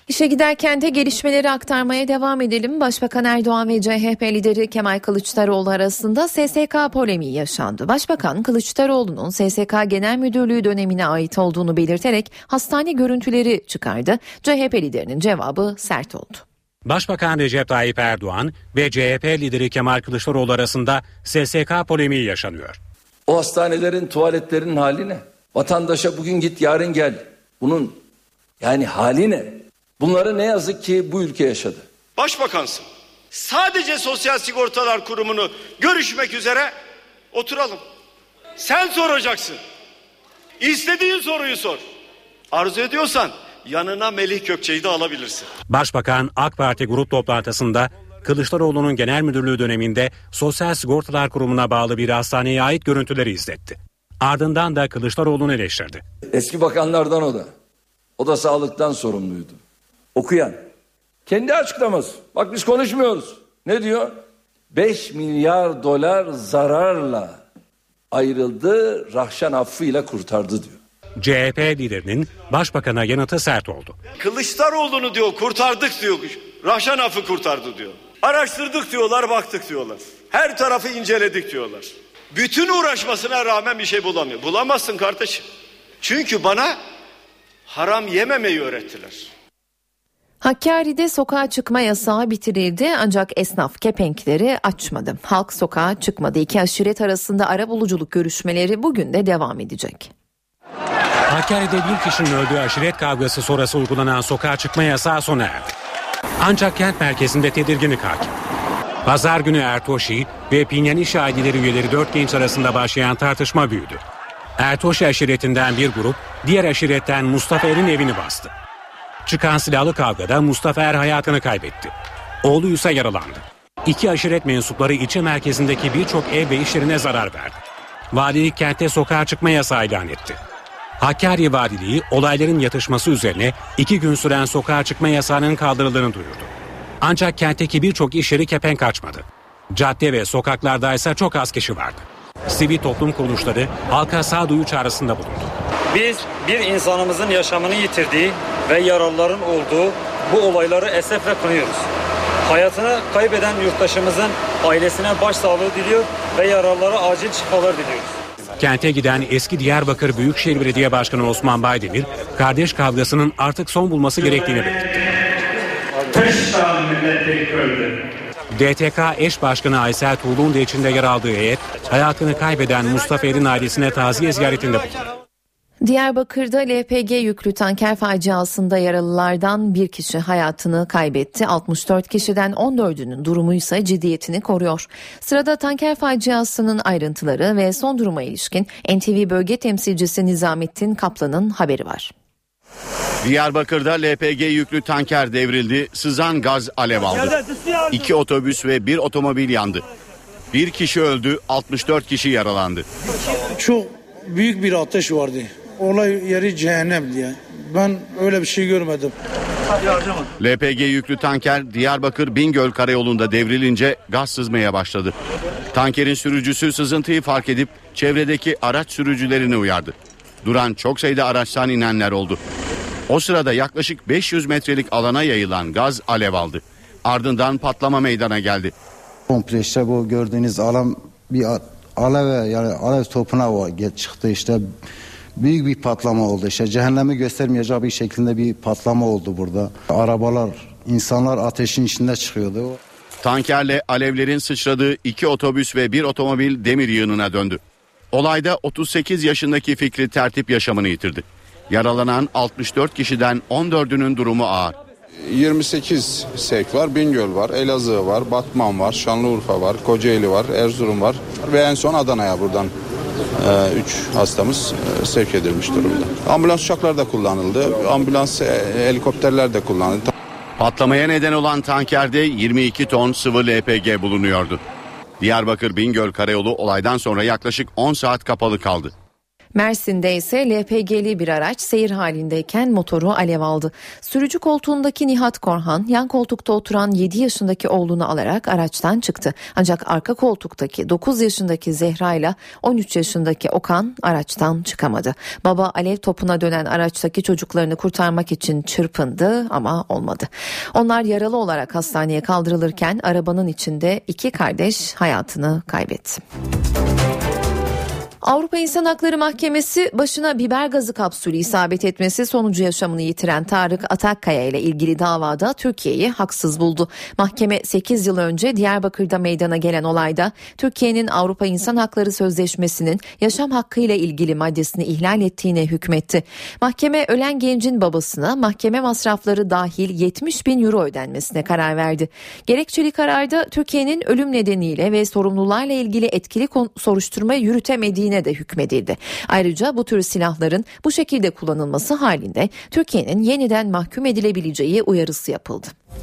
İşe giderken de gelişmeleri aktarmaya devam edelim. Başbakan Erdoğan ve CHP lideri Kemal Kılıçdaroğlu arasında SSK polemiği yaşandı. Başbakan Kılıçdaroğlu'nun SSK Genel Müdürlüğü dönemine ait olduğunu belirterek hastane görüntüleri çıkardı. CHP liderinin cevabı sert oldu. Başbakan Recep Tayyip Erdoğan ve CHP lideri Kemal Kılıçdaroğlu arasında SSK polemiği yaşanıyor. O hastanelerin, tuvaletlerin hali ne? Vatandaşa bugün git yarın gel. Bunun yani hali ne? Bunları ne yazık ki bu ülke yaşadı. Başbakansın. Sadece Sosyal Sigortalar Kurumu'nu görüşmek üzere oturalım. Sen soracaksın. İstediğin soruyu sor. Arzu ediyorsan yanına Melih Gökçe'yi de alabilirsin. Başbakan AK Parti grup toplantısında Kılıçdaroğlu'nun genel müdürlüğü döneminde Sosyal Sigortalar Kurumu'na bağlı bir hastaneye ait görüntüleri izletti. Ardından da Kılıçdaroğlu'nu eleştirdi. Eski bakanlardan o da. O da sağlıktan sorumluydu. Okuyan. Kendi açıklaması. Bak biz konuşmuyoruz. Ne diyor? 5 milyar dolar zararla ayrıldı, Rahşan affıyla kurtardı diyor. CHP liderinin başbakana yanıtı sert oldu. Kılıçdaroğlu'nu diyor kurtardık diyor. Rahşan affı kurtardı diyor. Araştırdık diyorlar, baktık diyorlar. Her tarafı inceledik diyorlar. Bütün uğraşmasına rağmen bir şey bulamıyor. Bulamazsın kardeşim. Çünkü bana haram yememeyi öğrettiler. Hakkari'de sokağa çıkma yasağı bitirildi ancak esnaf kepenkleri açmadı. Halk sokağa çıkmadı. İki aşiret arasında arabuluculuk görüşmeleri bugün de devam edecek. Hakkari'de bir kişinin öldüğü aşiret kavgası sonrası uygulanan sokağa çıkma yasağı sona erdi. Ancak kent merkezinde tedirginlik hakim. Pazar günü Ertoşi ve Pinyani şahidileri üyeleri 4 genç arasında başlayan tartışma büyüdü. Ertoşi aşiretinden bir grup diğer aşiretten Mustafa Er'in evini bastı. Çıkan silahlı kavgada Mustafa Er hayatını kaybetti. Oğlu ise yaralandı. İki aşiret mensupları ilçe merkezindeki birçok ev ve iş yerine zarar verdi. Valilik kentte sokağa çıkma yasağı ilan etti. Hakkari Valiliği olayların yatışması üzerine 2 gün süren sokağa çıkma yasağının kaldırıldığını duyurdu. Ancak kentteki birçok iş yeri kepenk açmadı. Cadde ve sokaklarda ise çok az kişi vardı. Sivil toplum kuruluşları halka sağduyu çağrısında bulundu. Biz bir insanımızın yaşamını yitirdiği ve yaralıların olduğu bu olayları esefle kınıyoruz. Hayatını kaybeden yurttaşımızın ailesine başsağlığı diliyor ve yaralılara acil şifalar diliyoruz. Kente giden eski Diyarbakır Büyükşehir Belediye Başkanı Osman Baydemir, kardeş kavgasının artık son bulması gerektiğini belirtti. DTK eş başkanı Aysel Tuğlu'nun da içinde yer aldığı heyet, hayatını kaybeden Mustafa Er'in ailesine taziye ziyaretinde bulundu. Diyarbakır'da LPG yüklü tanker faciasında yaralılardan bir kişi hayatını kaybetti. 64 kişiden 14'ünün durumu ise ciddiyetini koruyor. Sırada tanker faciasının ayrıntıları ve son duruma ilişkin NTV bölge temsilcisi Nizamettin Kaplan'ın haberi var. Diyarbakır'da LPG yüklü tanker devrildi, sızan gaz alev aldı. 2 otobüs ve 1 otomobil yandı. 1 kişi öldü, 64 kişi yaralandı. Çok büyük bir ateş vardı. Olay yeri cehennemdi yani. Ben öyle bir şey görmedim. LPG yüklü tanker Diyarbakır Bingöl Karayolu'nda devrilince gaz sızmaya başladı. Tankerin sürücüsü sızıntıyı fark edip çevredeki araç sürücülerini uyardı. Duran çok sayıda araçtan inenler oldu. O sırada yaklaşık 500 metrelik alana yayılan gaz alev aldı. Ardından patlama meydana geldi. Komple işte bu gördüğünüz alan bir alev topuna çıktı işte. Büyük bir patlama oldu işte, cehennemi göstermeyecek bir şekilde bir patlama oldu burada. Arabalar, insanlar ateşin içinde çıkıyordu. Tankerle alevlerin sıçradığı 2 otobüs ve 1 otomobil demir yığınına döndü. Olayda 38 yaşındaki Fikri Tertip yaşamını yitirdi. Yaralanan 64 kişiden 14'ünün durumu ağır. 28 sevk var, Bingöl var, Elazığ var, Batman var, Şanlıurfa var, Kocaeli var, Erzurum var ve en son Adana'ya buradan 3 hastamız sevk edilmiş durumda. Ambulans uçaklar da kullanıldı, ambulans helikopterler de kullanıldı. Patlamaya neden olan tankerde 22 ton sıvı LPG bulunuyordu. Diyarbakır Bingöl Karayolu olaydan sonra yaklaşık 10 saat kapalı kaldı. Mersin'de ise LPG'li bir araç seyir halindeyken motoru alev aldı. Sürücü koltuğundaki Nihat Korhan yan koltukta oturan 7 yaşındaki oğlunu alarak araçtan çıktı. Ancak arka koltuktaki 9 yaşındaki Zehra ile 13 yaşındaki Okan araçtan çıkamadı. Baba alev topuna dönen araçtaki çocuklarını kurtarmak için çırpındı ama olmadı. Onlar yaralı olarak hastaneye kaldırılırken arabanın içinde 2 kardeş hayatını kaybetti. Avrupa İnsan Hakları Mahkemesi başına biber gazı kapsülü isabet etmesi sonucu yaşamını yitiren Tarık Atakkaya ile ilgili davada Türkiye'yi haksız buldu. Mahkeme 8 yıl önce Diyarbakır'da meydana gelen olayda Türkiye'nin Avrupa İnsan Hakları Sözleşmesi'nin yaşam hakkı ile ilgili maddesini ihlal ettiğine hükmetti. Mahkeme ölen gencin babasına mahkeme masrafları dahil 70.000 euro ödenmesine karar verdi. Gerekçeli kararda Türkiye'nin ölüm nedeniyle ve sorumlularla ilgili etkili soruşturma yürütemediği de hükmedildi. Ayrıca bu tür silahların bu şekilde kullanılması halinde Türkiye'nin yeniden mahkum edilebileceği uyarısı yapıldı.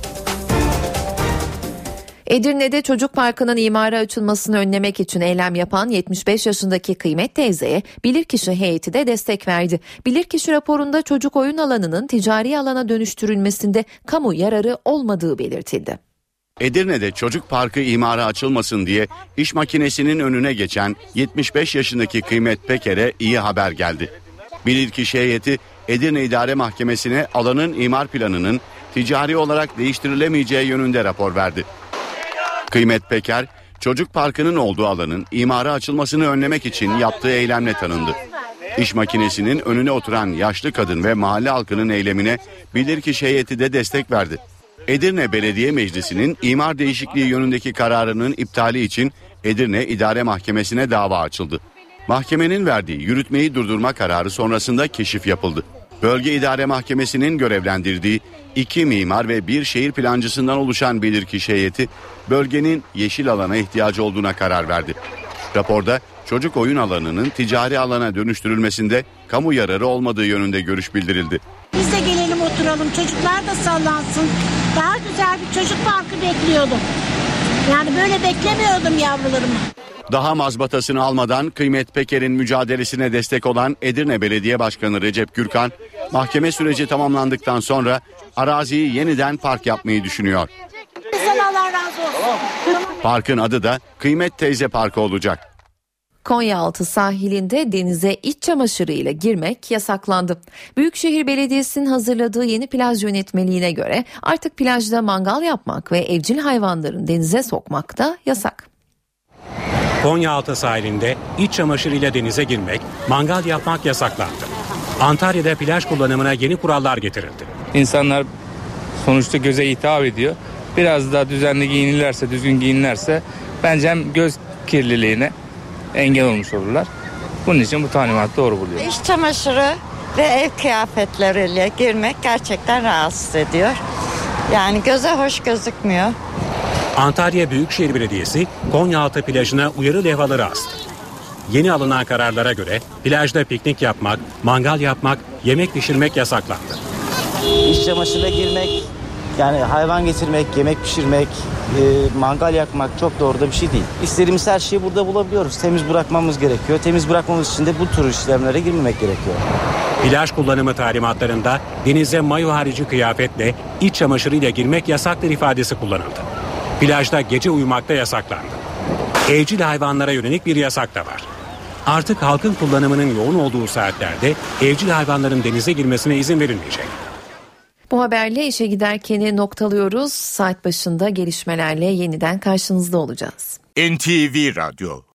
Edirne'de çocuk parkının imara açılmasını önlemek için eylem yapan 75 yaşındaki Kıymet teyzeye bilirkişi heyeti de destek verdi. Bilirkişi raporunda çocuk oyun alanının ticari alana dönüştürülmesinde kamu yararı olmadığı belirtildi. Edirne'de çocuk parkı imara açılmasın diye iş makinesinin önüne geçen 75 yaşındaki Kıymet Peker'e iyi haber geldi. Bilirkişi heyeti Edirne İdare Mahkemesi'ne alanın imar planının ticari olarak değiştirilemeyeceği yönünde rapor verdi. Kıymet Peker, çocuk parkının olduğu alanın imara açılmasını önlemek için yaptığı eylemle tanındı. İş makinesinin önüne oturan yaşlı kadın ve mahalle halkının eylemine bilirkişi heyeti de destek verdi. Edirne Belediye Meclisi'nin imar değişikliği yönündeki kararının iptali için Edirne İdare Mahkemesi'ne dava açıldı. Mahkemenin verdiği yürütmeyi durdurma kararı sonrasında keşif yapıldı. Bölge İdare Mahkemesi'nin görevlendirdiği 2 mimar ve 1 şehir plancısından oluşan bilirkişi heyeti bölgenin yeşil alana ihtiyacı olduğuna karar verdi. Raporda çocuk oyun alanının ticari alana dönüştürülmesinde kamu yararı olmadığı yönünde görüş bildirildi. Biz de gelelim oturalım, çocuklar da sallansın. Daha güzel bir çocuk parkı bekliyordum. Yani böyle beklemiyordum yavrularımı. Daha mazbatasını almadan Kıymet Peker'in mücadelesine destek olan Edirne Belediye Başkanı Recep Gürkan, mahkeme süreci tamamlandıktan sonra araziyi yeniden park yapmayı düşünüyor. Bizden Allah razı olsun. Parkın adı da Kıymet Teyze Parkı olacak. Konyaaltı sahilinde denize iç çamaşırıyla girmek yasaklandı. Büyükşehir Belediyesi'nin hazırladığı yeni plaj yönetmeliğine göre artık plajda mangal yapmak ve evcil hayvanların denize sokmak da yasak. Konyaaltı sahilinde iç çamaşırıyla denize girmek, mangal yapmak yasaklandı. Antalya'da plaj kullanımına yeni kurallar getirildi. İnsanlar sonuçta göze hitap ediyor. Biraz daha düzenli giyinirlerse, düzgün giyinirlerse bence hem göz kirliliğine engel olmuş olurlar. Bunun için bu talimatı doğru buluyorum. İç çamaşırı ve ev kıyafetleriyle girmek gerçekten rahatsız ediyor. Yani göze hoş gözükmüyor. Antalya Büyükşehir Belediyesi Konyaaltı plajına uyarı levhaları astı. Yeni alınan kararlara göre plajda piknik yapmak, mangal yapmak, yemek pişirmek yasaklandı. İç çamaşırla girmek, yani hayvan getirmek, yemek pişirmek, mangal yakmak çok doğru da bir şey değil. İstediğimiz her şeyi burada bulabiliyoruz. Temiz bırakmamız gerekiyor. Temiz bırakmamız için de bu tür işlemlere girmemek gerekiyor. Plaj kullanımı talimatlarında denize mayo harici kıyafetle iç çamaşırıyla girmek yasaktır ifadesi kullanıldı. Plajda gece uyumakta yasaklandı. Evcil hayvanlara yönelik bir yasak da var. Artık halkın kullanımının yoğun olduğu saatlerde evcil hayvanların denize girmesine izin verilmeyecek. Bu haberle işe giderkeni noktalıyoruz. Saat başında gelişmelerle yeniden karşınızda olacağız. NTV Radyo